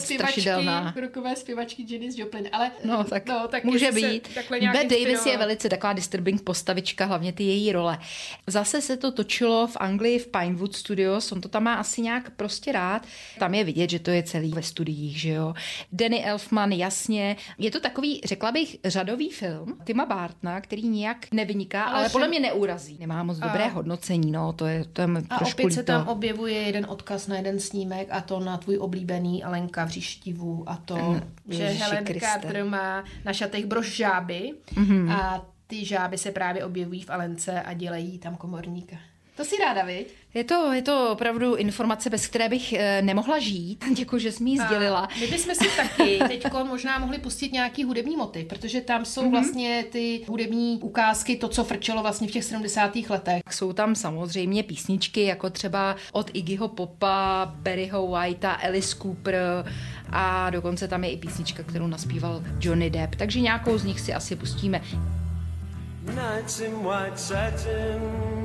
rokové zpěvačky Janis Joplin. Ale, tak může být. Bette Davis je velice taková disturbing postavička, hlavně ty její role. Zase se to točilo v Anglii v Pinewood Studios, on to tam má asi nějak prostě rád. Tam je vidět, že to je celý ve studiích, že jo. Danny Elfman, jasně. Je to takový, řekla bych, řadový film Tima Burtona, který nijak nevyniká, ale podle mě neurazí. Nemá moc dobré hodnocení, no, to je trošku a opět líto. se tam objevuje jeden odkaz na jeden snímek a to na tvůj oblíbený Alenka v Říštivu a to, že Helen Carter má na šatech brož žáby a ty žáby se právě objevují v Alence a dělají tam komorníka. To si ráda, viď? Je to opravdu informace, bez které bych nemohla žít. Děkuji, že jsi mi ji sdělila. My bychom si taky teďko možná mohli pustit nějaký hudební motiv, protože tam jsou vlastně ty hudební ukázky, to, co frčelo vlastně v těch 70. letech. Jsou tam samozřejmě písničky, jako třeba od Iggyho Popa, Barryho Whitea, Alice Cooper a dokonce tam je i písnička, kterou naspíval Johnny Depp. Takže nějakou z nich si asi pustíme. Nights in white satin,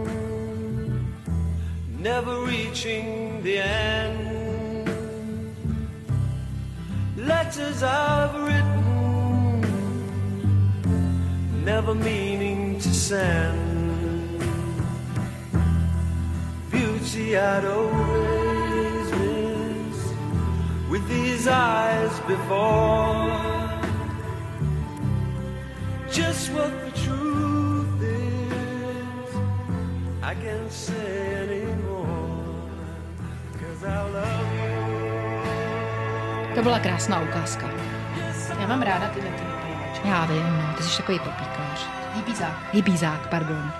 never reaching the end. Letters I've written, never meaning to send. Beauty I'd always missed with these eyes before. Just what the truth is, I can't say anymore, 'cause I love you. To byla krásná ukázka. Já mám ráda ty vypalovačky. Já vím, no, ty jsi takový popíkář. Hybízák, pardon.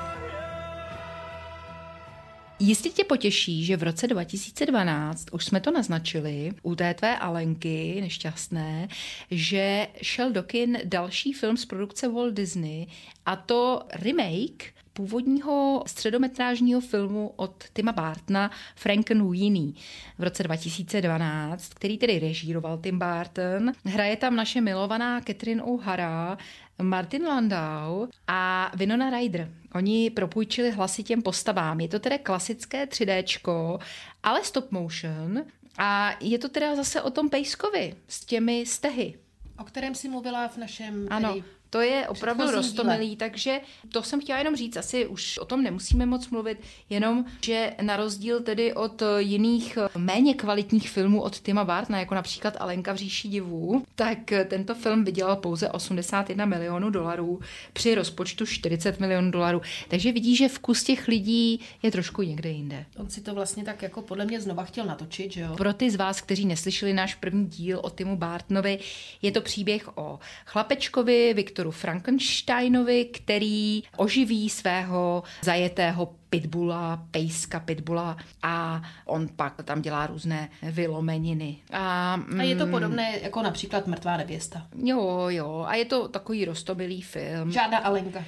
Jistě tě potěší, že v roce 2012, už jsme to naznačili, u té tvé Alenky nešťastné, že šel do kin další film z produkce Walt Disney, a to remake původního středometrážního filmu od Tima Burtona Frankenweenie v roce 2012, který tedy režíroval Tim Burton. Hraje tam naše milovaná Catherine O'Hara, Martin Landau a Winona Ryder. Oni propůjčili hlasy těm postavám. Je to teda klasické 3Dčko, ale stop motion a je to teda zase o tom pejskovi s těmi stehy. O kterém jsi mluvila v našem... Ano. To je opravdu roztomilý, takže to jsem chtěla jenom říct, asi už o tom nemusíme moc mluvit, jenom, že na rozdíl tedy od jiných méně kvalitních filmů od Tima Burtona, jako například Alenka v říši divů, tak tento film vydělal pouze $81 milionů při rozpočtu $40 milionů, takže vidí, že vkus těch lidí je trošku někde jinde. On si to vlastně tak jako podle mě znova chtěl natočit, že jo? Pro ty z vás, kteří neslyšeli náš první díl o Timu Burtonovi, je to příběh o chlapečkovi Viktoru Frankensteinovi, který oživí svého zajetého pejska pitbulla a on pak tam dělá různé vylomeniny. A je to podobné jako například Mrtvá nevěsta. Jo, a je to takový roztomilý film. Žádná Alenka.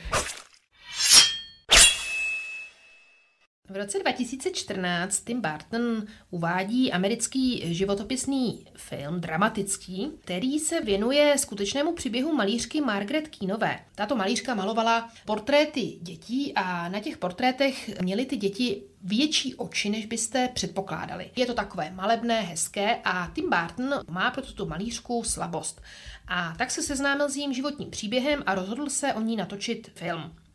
V roce 2014 Tim Burton uvádí americký životopisný film, dramatický, který se věnuje skutečnému příběhu malířky Margaret Keenové. Tato malířka malovala portréty dětí a na těch portrétech měly ty děti větší oči, než byste předpokládali. Je to takové malebné, hezké a Tim Burton má pro tuto malířku slabost. A tak se seznámil s jejím životním příběhem a rozhodl se o ní natočit film.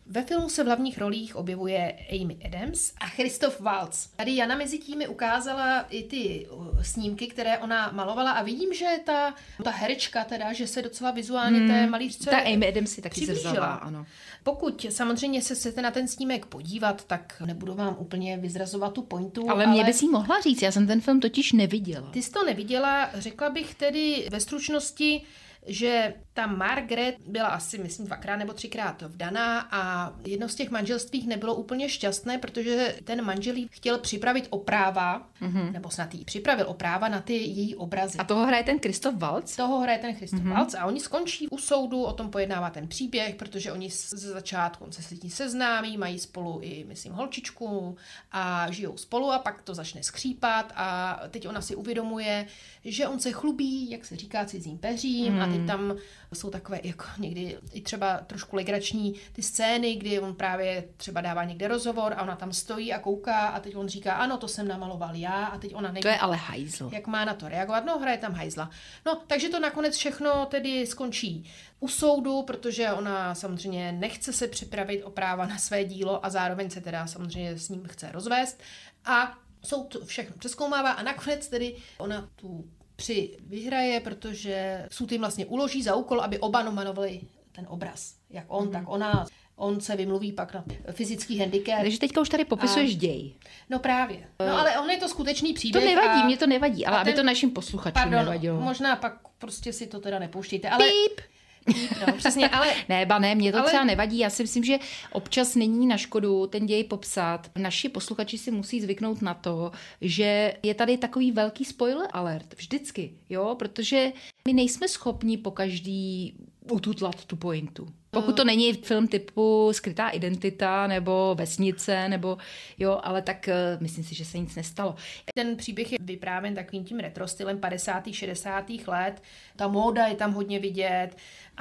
Ve filmu se v hlavních rolích objevuje Amy Adams a Christoph Waltz. Tady Jana mezi tím mi ukázala i ty snímky, které ona malovala a vidím, že ta herečka teda, že se docela vizuálně té malířce ta Amy Adams si taky vzala, ano. Pokud samozřejmě se chcete na ten snímek podívat, tak nebudu vám úplně vyzrazovat tu pointu. Ale mě bys jí mohla říct, já jsem ten film totiž neviděla. Ty jsi to neviděla, řekla bych tedy ve stručnosti, že ta Margaret byla asi, myslím, 2krát nebo 3krát vdaná a jedno z těch manželství nebylo úplně šťastné, protože ten manžel jí chtěl připravit o práva, nebo snad jí připravil o práva na ty její obrazy. A toho hraje ten Christoph Waltz? Toho hraje ten Christoph Waltz a oni skončí u soudu, o tom pojednává ten příběh, protože oni ze začátku se s tím seznámí, mají spolu i, myslím, holčičku a žijou spolu a pak to začne skřípat a teď ona si uvědomuje, že on se chlubí, jak se říká, cizím peřím a teď tam jsou takové jako někdy i třeba trošku legrační ty scény, kdy on právě třeba dává někde rozhovor a ona tam stojí a kouká a teď on říká, ano, to jsem namaloval já a teď ona neví, to je ale hajzl. Jak má na to reagovat. No, hraje tam hajzla. No, takže to nakonec všechno tedy skončí u soudu, protože ona samozřejmě nechce se připravit o práva na své dílo a zároveň se teda samozřejmě s ním chce rozvést a soud všechno přezkoumává a nakonec tedy ona tu vyhraje, protože soud jim vlastně uloží za úkol, aby oba nominovali ten obraz. Jak on, tak ona. On se vymluví pak na fyzický handicap. Takže teďka už tady popisuješ děj. No právě. No ale on je to skutečný příběh. To nevadí, mě to nevadí, ale aby to našim posluchačům nevadilo. Možná pak prostě si to teda nepouštějte, ale... Píp. No, přesně, ale... Ne, mě to třeba nevadí. Já si myslím, že občas není na škodu ten děj popsat. Naši posluchači si musí zvyknout na to, že je tady takový velký spoiler alert. Vždycky, jo? Protože my nejsme schopni pokaždý ututlat tu pointu. Pokud to není film typu Skrytá identita nebo Vesnice, nebo jo, ale tak myslím si, že se nic nestalo. Ten příběh je vyprávěn takovým tím retro stylem 50. 60. let. Ta móda je tam hodně vidět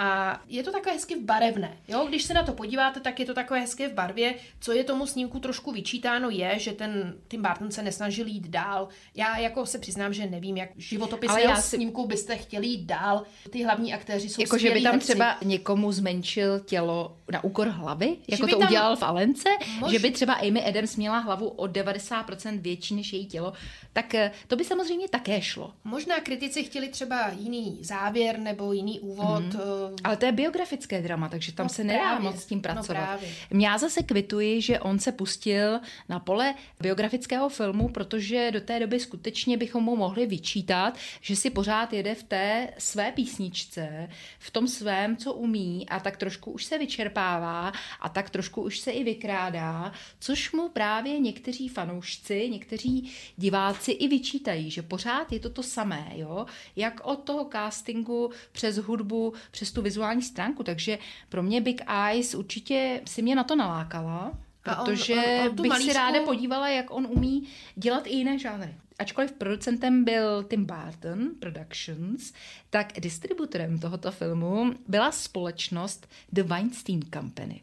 a je to takové hezky barevné. Jo? Když se na to podíváte, tak je to takové hezké v barvě. Co je tomu snímku trošku vyčítáno je, že ten Tim Burton se nesnažil jít dál. Já jako se přiznám, že nevím, jak životopisného snímku byste chtěli jít dál. Ty hlavní aktéři jsou jako, že by tam herci. Třeba někomu zmenšil tělo na úkor hlavy, jako to udělal v Alence, že by třeba Amy Adams měla hlavu o 90% větší než její tělo, tak to by samozřejmě také šlo. Možná kritici chtěli třeba jiný závěr nebo jiný úvod. Ale to je biografické drama, takže tam se nedá moc s tím pracovat. Já zase kvituji, že on se pustil na pole biografického filmu, protože do té doby skutečně bychom mu mohli vyčítat, že si pořád jede v té své písničce, v tom svém, co umí a tak trošku už se vyčerpává a tak trošku už se i vykrádá, což mu právě někteří fanoušci, někteří diváci i vyčítají, že pořád je to samé, jo? Jak od toho castingu přes hudbu, přes tu vizuální stránku, takže pro mě Big Eyes určitě si mě na to nalákala, protože on bych si ráda podívala, jak on umí dělat i jiné žánry. Ačkoliv producentem byl Tim Burton Productions, tak distributorem tohoto filmu byla společnost The Weinstein Company.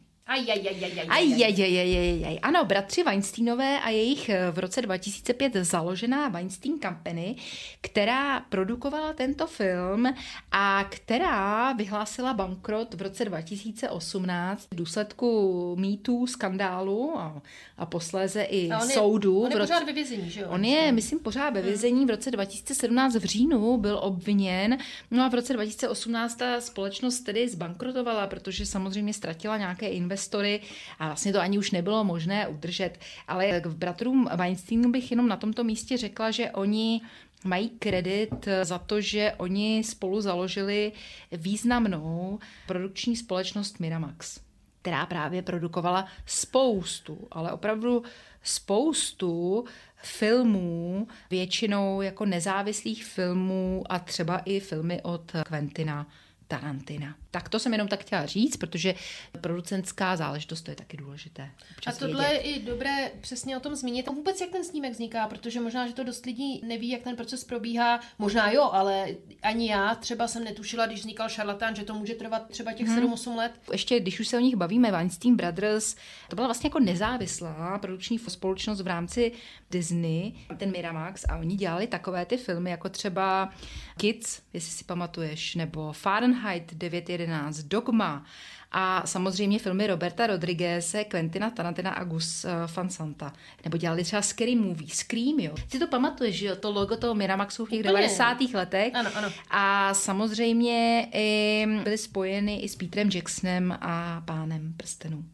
Ano, bratři Weinsteinové a jejich v roce 2005 založená Weinstein Company, která produkovala tento film a která vyhlásila bankrot v roce 2018 v důsledku mýtů, skandálu a posléze i soudu. On je pořád ve vězení, že jo? On je, myslím, pořád ve vězení. V roce 2017 v říjnu byl obviněn, no a v roce 2018 ta společnost tedy zbankrotovala, protože samozřejmě ztratila nějaké investory a vlastně to ani už nebylo možné udržet. Ale k bratrům Weinsteinu bych jenom na tomto místě řekla, že oni mají kredit za to, že oni spolu založili významnou produkční společnost Miramax, která právě produkovala spoustu, ale opravdu spoustu filmů, většinou jako nezávislých filmů a třeba i filmy od Quentina Tarantina. Tak to jsem jenom tak chtěla říct, protože producentská záležitost, to je taky důležité. A tohle je i dobré přesně o tom zmínit. A vůbec jak ten snímek vzniká, protože možná, že to dost lidí neví, jak ten proces probíhá. Možná jo, ale ani já třeba jsem netušila, když vznikal Šarlatán, že to může trvat třeba těch 7-8 let. Ještě, když už se o nich bavíme, Weinstein Brothers, to byla vlastně jako nezávislá produkční společnost v rámci Disney, ten Miramax, a oni dělali takové ty filmy, jako třeba Kids, jestli si pamatuješ, nebo Fahrenheit Fahrenheit 911, Dogma a samozřejmě filmy Roberta Rodrigueze, Quentina Tarantina a Gus Van Santa. Nebo dělali třeba Scary Movie, Scream, jo. Si to pamatuješ, že jo, to logo toho Miramaxu v těch 90. letech. Ano, ano. A samozřejmě byly spojeny i s Petrem Jacksonem a Pánem prstenů.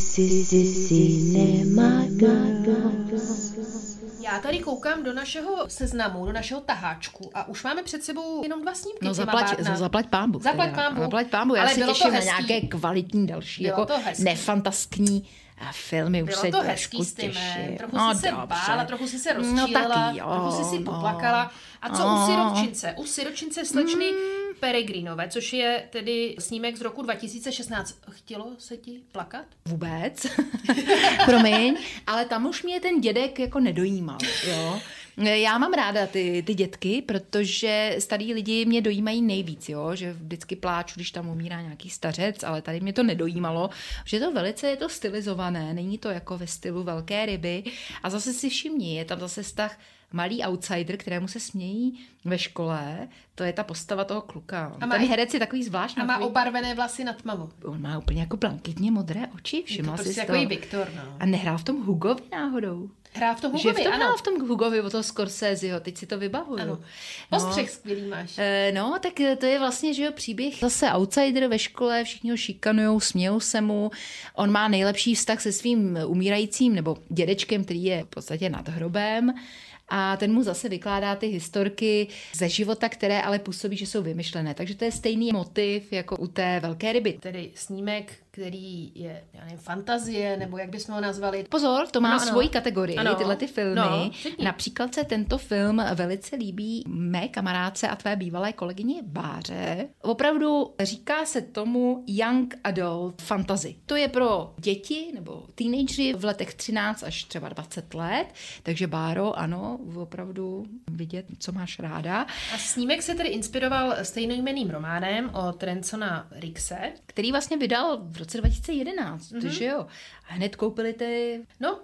Já tady koukám do našeho seznamu, do našeho taháčku a už máme před sebou jenom 2 snímky. No zaplať pámbu. Zaplať pámbu, já si těším na nějaké kvalitní další, bylo jako nefantastní filmy. Už bylo se to hezký s Timem, trochu si se bála, trochu si se rozčílela, trochu si poplakala. A co u Sirotčince? U Sirotčince slečny Peregrinové, což je tedy snímek z roku 2016. Chtělo se ti plakat? Vůbec. Promiň, ale tam už mě ten dědek jako nedojímal, jo. Já mám ráda ty dětky, protože starý lidi mě dojímají nejvíc, jo? Že vždycky pláču, když tam umírá nějaký stařec, ale tady mě to nedojímalo, že to velice je to stylizované, není to jako ve stylu Velké ryby a zase si všimni, je tam zase vztah malý outsider, kterému se smějí ve škole, to je ta postava toho kluka. Ten herec je takový zvláštní. A má obarvené vlasy na tmavo. On má úplně jako blankitně modré oči, všimla si to. Takový Viktor, no. A nehrál v tom Hugovi náhodou? Hrál v tom Hugovi, ano. Hrál v tom Hugovi od toho Scorseseho, teď si to vybavuju. Ano. Postřeh skvělý máš. No, tak to je vlastně, že jo, příběh zase outsider ve škole, všichni ho šikanujou, smějou se mu. On má nejlepší vztah se svým umírajícím nebo dědečkem, který je v podstatě nad hrobem. A ten mu zase vykládá ty historky ze života, které ale působí, že jsou vymyšlené. Takže to je stejný motiv jako u té Velké ryby. Tedy snímek, který je, já nevím, fantazie, nebo jak bychom ho nazvali. Pozor, to má svoji kategorii, tyhle ty filmy. No, například se tento film velice líbí mé kamarádce a tvé bývalé kolegyně Báře. Opravdu říká se tomu young adult fantasy. To je pro děti nebo teenagery v letech 13 až třeba 20 let, takže Báro, ano, opravdu vidět, co máš ráda. A snímek se tedy inspiroval stejnojmenným románem od Ransona Rickse, který vlastně vydal v roce 2011, že jo. A hned koupili ty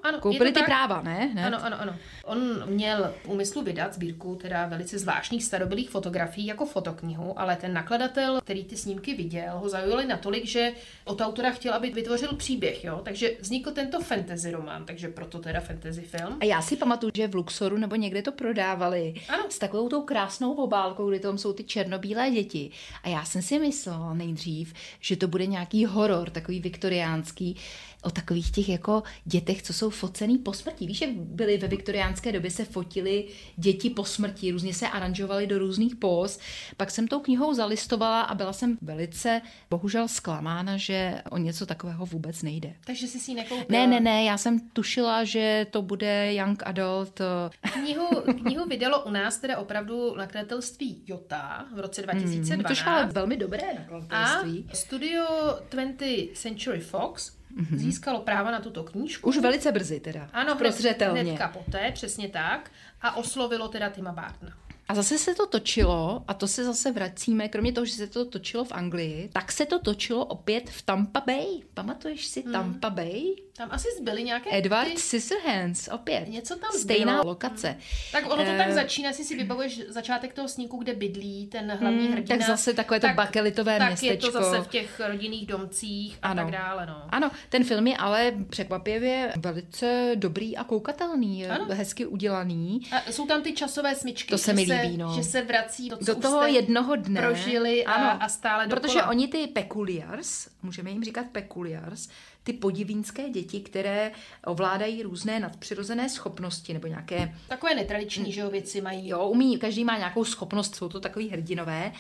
práva, ne? Hned. Ano. On měl v úmyslu vydat sbírku teda velice zvláštních starobylých fotografií jako fotoknihu, ale ten nakladatel, který ty snímky viděl, ho zaujali natolik, že od autora chtěl, aby vytvořil příběh, jo. Takže vznikl tento fantasy román, takže proto teda fantasy film. A já si pamatuju, že v Luxoru nebo někde to prodávali s takovou tou krásnou obálkou, kde tam jsou ty černobílé děti. A já jsem si myslela nejdřív, že to bude nějaký horor, takový viktoriánský, o takových těch jako dětech, co jsou focený po smrti. Víš, že byly ve viktoriánské době, se fotili děti po smrti, různě se aranžovali do různých póz. Pak jsem tou knihou zalistovala a byla jsem velice bohužel zklamána, že o něco takového vůbec nejde. Takže jsi si ji nekoupila? Ne, já jsem tušila, že to bude young adult. Knihu vydalo u nás teda opravdu nakladatelství Jota v roce 2012. To je ale velmi dobré nakladatelství. A studio 20th Century Fox získalo práva na tuto knížku. Už velice brzy teda. Ano, hnedka poté, přesně tak. A oslovilo teda Tima Burtona. A zase se to točilo, a to se zase vracíme, kromě toho, že se to točilo v Anglii, tak se to točilo opět v Tampa Bay. Pamatuješ si Tampa Bay? Tam asi zbyly nějaké... Edward Scissorhands, opět. Něco tam stejná bylo. lokace. Tak ono to tak začíná, jestli si vybavuješ začátek toho snímku, kde bydlí ten hlavní hrdina. Tak zase takové to bakelitové městečko. Tak je to zase v těch rodinných domcích a tak dále. No. Ano, ten film je ale překvapivě velice dobrý a koukatelný, hezky udělaný. A jsou tam ty časové smyčky. To se mi líbí, no. Že se vrací do toho jednoho dne. Prožili a stále dokola. Protože oni ty peculiars, můžeme jim říkat peculiars, ty podivínské děti, které ovládají různé nadpřirozené schopnosti nebo nějaké... Takové netradiční, že věci mají. Jo, umí, každý má nějakou schopnost, jsou to takový hrdinové.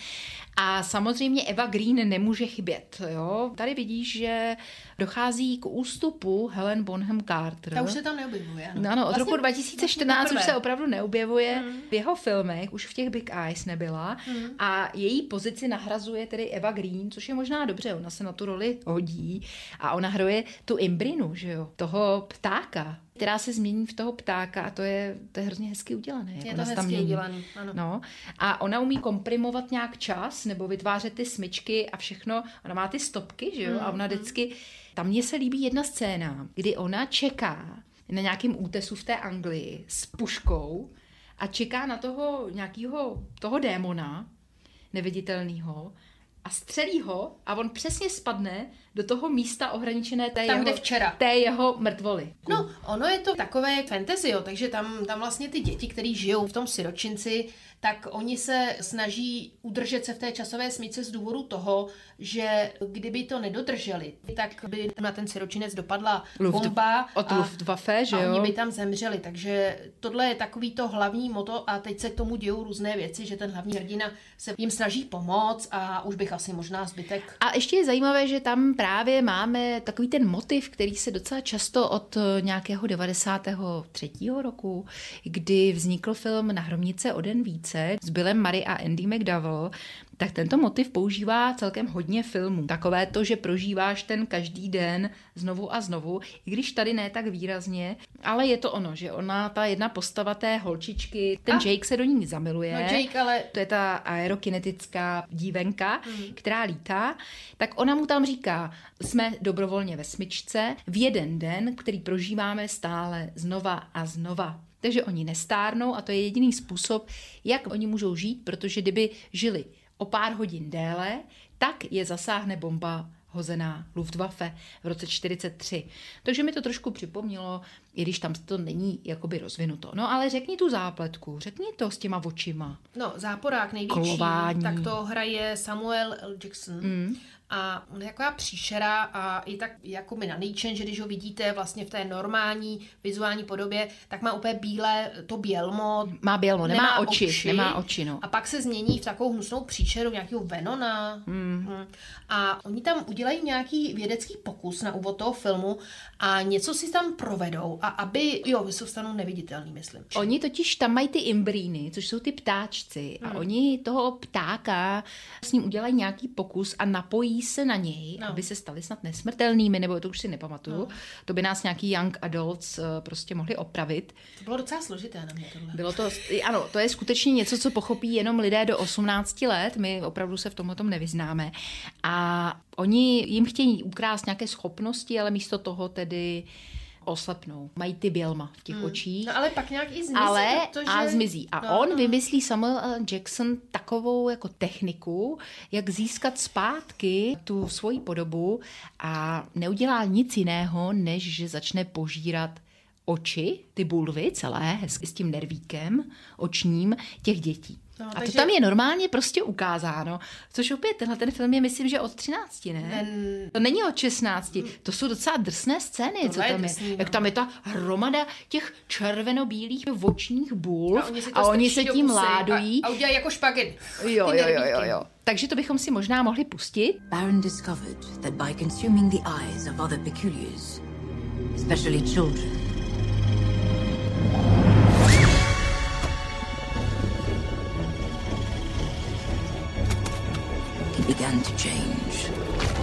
A samozřejmě Eva Green nemůže chybět. Jo? Tady vidíš, že dochází k ústupu Helen Bonham Carter. Ta už se tam neobjevuje. Ano, od vlastně, roku 2014 už se opravdu neobjevuje. V jeho filmech už v těch Big Eyes nebyla. A její pozici nahrazuje tedy Eva Green, což je možná dobře, ona se na tu roli hodí. A ona hraje tu Imbrinu, že jo, toho ptáka, která se změní v toho ptáka a to je hrozně hezky udělané. Je to hezky udělané, ano. No. A ona umí komprimovat nějak čas nebo vytvářet ty smyčky a všechno. Ona má ty stopky, že jo, a ona vždycky... Tam mně se líbí jedna scéna, kdy ona čeká na nějakém útesu v té Anglii s puškou a čeká na toho nějakého toho démona neviditelného a střelí ho a on přesně spadne do toho místa ohraničené té jeho mrtvoly. No, ono je to takové fantasy, jo, takže tam vlastně ty děti, které žijou v tom siročinci, tak oni se snaží udržet se v té časové smyčce z důvodu toho, že kdyby to nedodrželi, tak by na ten siročinec dopadla bomba od Luftwaffe, že jo? A oni by tam zemřeli, takže tohle je takový to hlavní moto a teď se k tomu dějou různé věci, že ten hlavní hrdina se jim snaží pomoct a už bych asi možná zbytek. A ještě je zajímavé, že tam právě máme takový ten motiv, který se docela často od nějakého 93. roku, kdy vznikl film Na hromnice o den více s Billem Murray a Andy McDowell, tak tento motiv používá celkem hodně filmů. Takové to, že prožíváš ten každý den znovu a znovu, i když tady ne tak výrazně, ale je to ono, že ona, ta jedna postava té holčičky, ten Jake se do ní zamiluje. No Jake, ale... To je ta aerokinetická dívenka, která lítá, tak ona mu tam říká, jsme dobrovolně ve smyčce v jeden den, který prožíváme stále znova a znova. Takže oni nestárnou a to je jediný způsob, jak oni můžou žít, protože kdyby žili o pár hodin déle, tak je zasáhne bomba hozená Luftwaffe v roce 1943. Takže mi to trošku připomnělo, i když tam to není jakoby rozvinuto. No ale řekni tu zápletku, řekni to s těma očima. No, záporák největší, Kolování. Tak to hraje Samuel L. Jackson. A on je taková příšera a i tak jako mi nanejčen, že když ho vidíte vlastně v té normální vizuální podobě, tak má úplně bílé to bělmo. Má bělmo, nemá oči, no. A pak se změní v takovou hnusnou příšeru nějakého Venona. A oni tam udělají nějaký vědecký pokus na úvod toho filmu a něco si tam provedou a aby, vy se stanou neviditelný, myslím. Oni totiž tam mají ty imbríny, což jsou ty ptáčci a oni toho ptáka s ním udělají nějaký pokus a napojí se na něj, aby se stali snad nesmrtelnými, nebo to už si nepamatuju. To by nás nějaký young adults prostě mohli opravit. To bylo docela složité na mě tohle. Bylo to, ano, to je skutečně něco, co pochopí jenom lidé do 18 let, my opravdu se v tomhletom nevyznáme. A oni jim chtějí ukrást nějaké schopnosti, ale místo toho tedy oslepnou. Mají ty bělma v těch očích. No ale pak nějak i zmizí. Zmizí. A on vymyslí Samuel L. Jackson takovou jako techniku, jak získat zpátky tu svoji podobu a neudělá nic jiného, než že začne požírat oči, ty bulvy celé, hezky s tím nervíkem očním těch dětí. No, a to tam je normálně prostě ukázáno, což opět tenhle ten film je, myslím, že od 13, ne? To není od 16, to jsou docela drsné scény, co tam je. Jak tam je ta hromada těch červeno-bílých očních bulv a oni se tím ládují. A udělají jako špagin. Jo. Takže to bychom si možná mohli pustit. Baron discovered that by consuming the eyes of other peculiars, especially children, he began to change.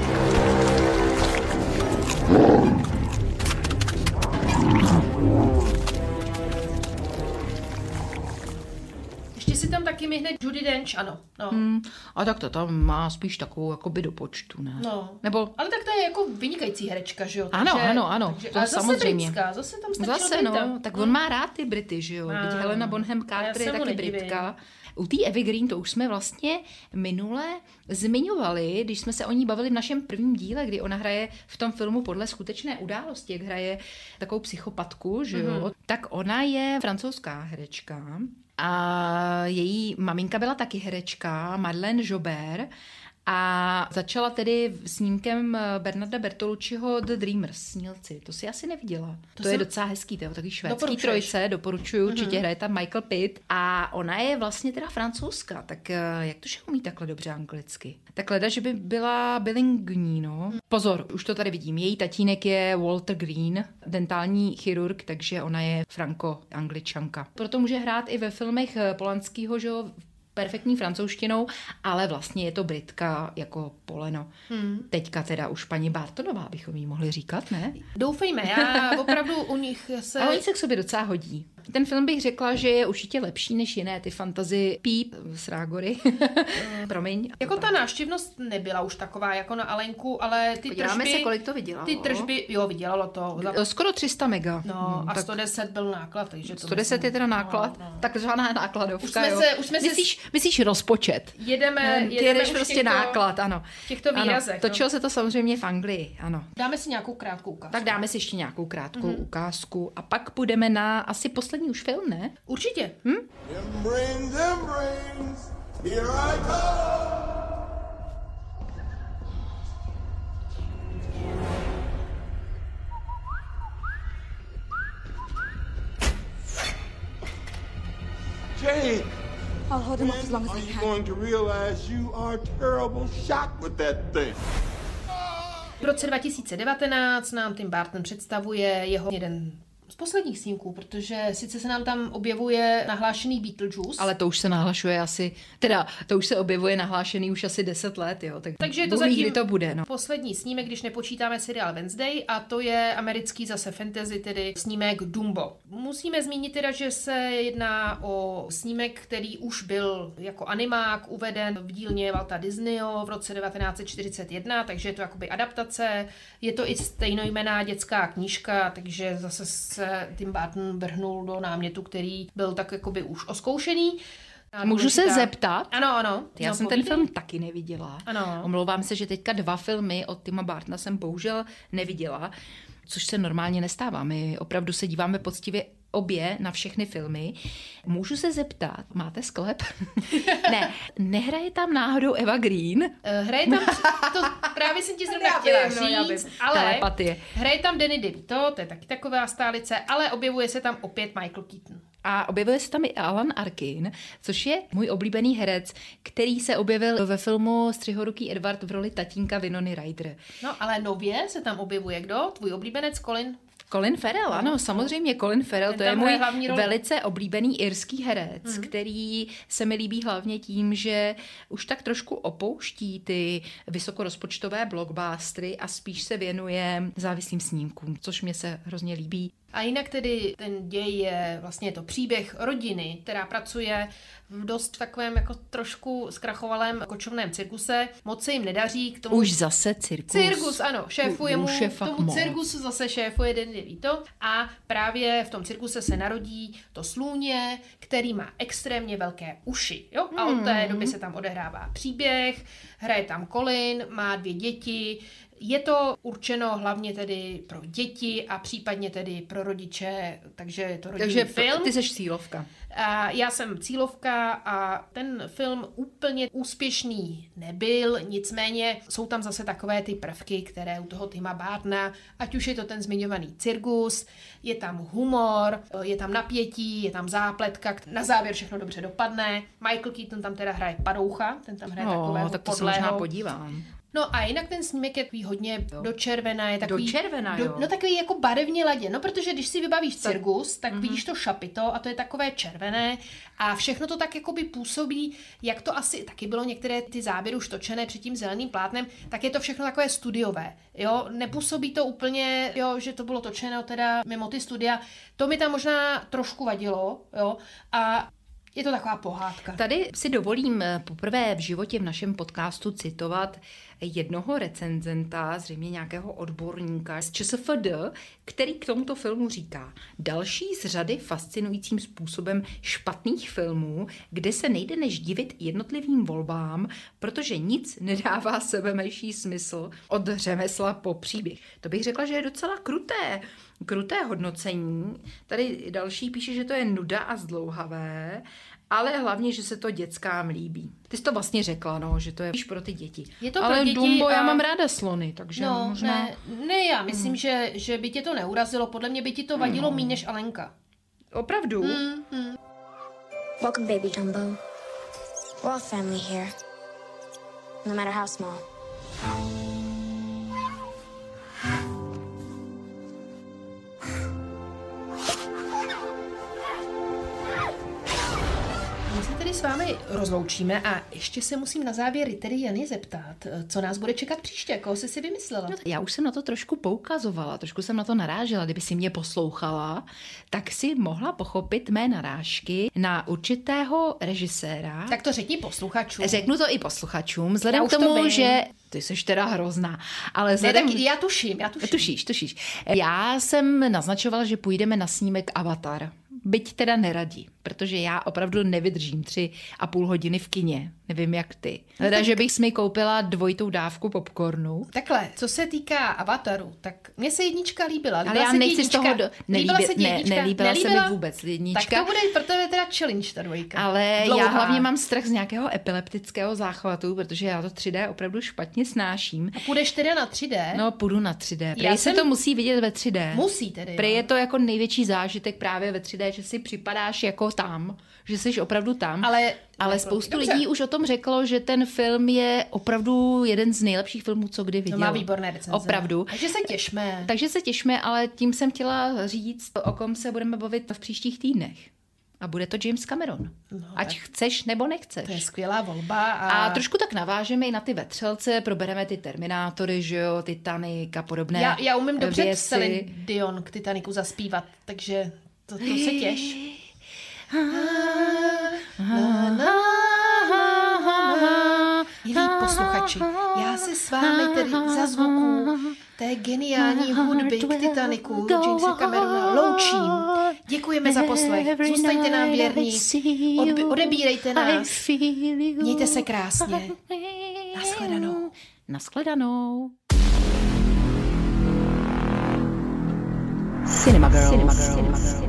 Ještě si tam taky myhne Judi Dench, ano. No. A tak to tam má spíš takovou jakoby do počtu, ne? No. Nebo... Ale tak to je jako vynikající herečka, že jo? Ano. Takže, to a zase samozřejmě. britská, zase tam stačilo Brita. Tak on má rád ty Brity, že jo? Teď Helena Bonham Carter je taky Britka. U té Evy Green to už jsme vlastně minule zmiňovali, když jsme se o ní bavili v našem prvním díle, kdy ona hraje v tom filmu podle skutečné události, jak hraje takovou psychopatku, že jo? Tak ona je francouzská herečka a její maminka byla taky herečka, Madeleine Joubert, a začala tedy snímkem Bernarda Bertolucciho The Dreamers, Snílci. To si asi neviděla. To je docela hezký, to je takový švédský trojce, doporučuju, určitě hraje tam Michael Pitt. A ona je vlastně teda francouzská, tak jak to, že umí takhle dobře anglicky? Tak leda, že by byla bilingvní, no. Pozor, už to tady vidím. Její tatínek je Walter Green, dentální chirurg, takže ona je franko-angličanka. Proto může hrát i ve filmech Polanskýho, že jo, perfektní francouzštinou, ale vlastně je to Britka jako poleno. Teďka teda už paní Bartonová bychom jí mohli říkat, ne? Doufejme, já opravdu u nich se... Ale oni se k sobě docela hodí. Ten film bych řekla, že je určitě lepší než jiné ty fantasy Píp z Rágory. Promiň. Jako ta návštěvnost nebyla už taková jako na Alenku, ale ty Podíváme tržby... se, kolik to vydělalo. Ty tržby, jo, vydělalo to. Skoro 300 mega. No a 110 byl náklad, takže to 110 myslím, je teda náklad, takzvaná nákladovka, už jsme se myslíš rozpočet. Jedeme ty jedeš prostě náklad, ano. V těchto výrazech. Ano, točilo se to samozřejmě v Anglii, ano. Dáme si nějakou krátkou ukázku. Tak dáme si ještě nějakou krátkou ukázku a pak půjdeme na asi poslední už film, ne? Určitě. Them brains, here I come. Jake! I'll hold him up as long as Are I you can. going to realize you are terrible shot with that thing? V roce 2019 nám Tim Burton představuje jeho jeden z posledních snímků, protože sice se nám tam objevuje nahlášený Beetlejuice. Ale to už se nahlašuje asi, to už se objevuje nahlášený už asi 10 let, jo. Takže je to Bůh ví, kdy to bude, no. Poslední snímek, když nepočítáme seriál Wednesday, a to je americký zase fantasy, tedy snímek Dumbo. Musíme zmínit teda, že se jedná o snímek, který už byl jako animák uveden v dílně Walta Disneyho v roce 1941, takže je to jakoby adaptace. Je to i stejnojmenná dětská knížka, takže zase se Tim Burton vrhnul do námětu, který byl tak jakoby už oskoušený. Můžu se zeptat? Ano. Já jsem ten film taky neviděla. Ano. Omlouvám se, že teďka 2 filmy od Tima Burtona jsem bohužel neviděla, což se normálně nestává. My opravdu se díváme poctivě obě na všechny filmy. Můžu se zeptat, máte sklep? Ne, nehraje tam náhodou Eva Green? Hraje tam, to právě jsem ti zrovna chtěla říct, ale telepatie. Hraje tam Danny DeVito, to je taky taková stálice, ale objevuje se tam opět Michael Keaton. A objevuje se tam i Alan Arkin, což je můj oblíbený herec, který se objevil ve filmu Střihoruký Edward v roli tatínka Winony Ryder. No, ale nově se tam objevuje kdo? Tvůj oblíbenec Colin Farrell, ano, samozřejmě Colin Farrell, to je můj velice oblíbený irský herec, který se mi líbí hlavně tím, že už tak trošku opouští ty vysokorozpočtové blockbustery a spíš se věnuje závislým snímkům, což mě se hrozně líbí. A jinak tedy ten děj je vlastně to příběh rodiny, která pracuje v dost takovém jako trošku zkrachovalém kočovném cirkuse. Moc se jim nedaří k tomu. Už zase cirkus. Cirkus, ano. Šéfuje mu, tomu moc. cirkusu zase šéfuje Danny DeVito a právě v tom cirkuse se narodí to slůně, který má extrémně velké uši. Jo? A od té doby se tam odehrává příběh, hraje tam Colin, má 2 děti. Je to určeno hlavně tedy pro děti a případně tedy pro rodiče, takže je to rodinný film. Ty seš cílovka. A já jsem cílovka a ten film úplně úspěšný nebyl, nicméně jsou tam zase takové ty prvky, které u toho Tima Burtona, ať už je to ten zmiňovaný cirkus, je tam humor, je tam napětí, je tam zápletka, na závěr všechno dobře dopadne. Michael Keaton tam teda hraje padoucha, ten tam hraje takového tak to podlého. se možná podívám. No a jinak ten snímek je takový hodně do červená, je takový... Do červená, jo. No takový jako barevně ladě, no protože když si vybavíš cirkus, tak vidíš to šapito a to je takové červené a všechno to tak jakoby působí, jak to asi taky bylo některé ty záběry už točené před tím zeleným plátnem, tak je to všechno takové studiové, jo, nepůsobí to úplně, jo, že to bylo točeno teda mimo ty studia, to mi tam možná trošku vadilo, jo, a je to taková pohádka. Tady si dovolím poprvé v životě v našem podcastu citovat jednoho recenzenta, zřejmě nějakého odborníka z ČSFD, který k tomuto filmu říká: další z řady fascinujícím způsobem špatných filmů, kde se nejde než divit jednotlivým volbám, protože nic nedává sebemenší smysl od řemesla po příběh. To bych řekla, že je docela kruté hodnocení. Tady další píše, že to je nuda a zdlouhavé, ale hlavně, že se to dětskám líbí. Ty jsi to vlastně řekla, no, že to je pro ty děti. Je to ale pro děti Dumbo, já mám ráda slony, takže no, možná... Ne, já myslím, že by tě to neurazilo. Podle mě by ti to vadilo méně než Alenka. Opravdu? Welcome, baby Dumbo. We're all family here. No matter how small. s vámi rozloučíme a ještě se musím na závěr tedy Jany zeptat, co nás bude čekat příště, koho jsi si vymyslela? No, já už jsem na to trošku poukazovala, trošku jsem na to narážela. Kdyby si mě poslouchala, tak si mohla pochopit mé narážky na určitého režiséra. Tak to řekni posluchačům. Řeknu to i posluchačům, vzhledem k tomu, že ty jsi teda hrozná, ale vzhledem... Ne, tak já tuším. Tušíš. Já jsem naznačovala, že půjdeme na snímek Avatar. Byť teda neradí, protože já opravdu nevydržím 3,5 hodiny v kině. Nevím, jak ty. Teda, že bych si mi koupila 2 dávku popcornu. Takhle, co se týká Avataru, tak mně se 1 líbila. Ale já nechci z toho... Nelíbila se mi vůbec 1. Tak to bude pro tebe teda challenge, ta 2. Ale dlouhá. Já hlavně mám strach z nějakého epileptického záchvatu, protože já to 3D opravdu špatně snáším. A půjdeš teda na 3D? No, půjdu na 3D. Prej se to musí vidět ve 3D. Musí tedy. Prej je to jako největší zážitek právě ve 3D, že si připadáš jako tam, že jsi opravdu tam. Ale spoustu lidí už o tom řeklo, že ten film je opravdu jeden z nejlepších filmů, co kdy viděl. No, má výborné recenze. Opravdu. Takže se těšme. Ale tím jsem chtěla říct, o kom se budeme bavit v příštích týdnech. A bude to James Cameron. No, ať chceš nebo nechceš. To je skvělá volba. A trošku tak navážeme i na ty vetřelce, probereme ty Terminátory, že jo, Titanic a podobné. Já umím dobře Celine Dion k Titaniku zaspívat, takže to se těš. Milí posluchači, já se s vámi tedy za zvuku té geniální hudby k Titaniku Jamesa Camerona loučím. Děkujeme za poslech, zůstaňte nám věrní, odebírejte nás, mějte se krásně. Nashledanou. Cinema Girls.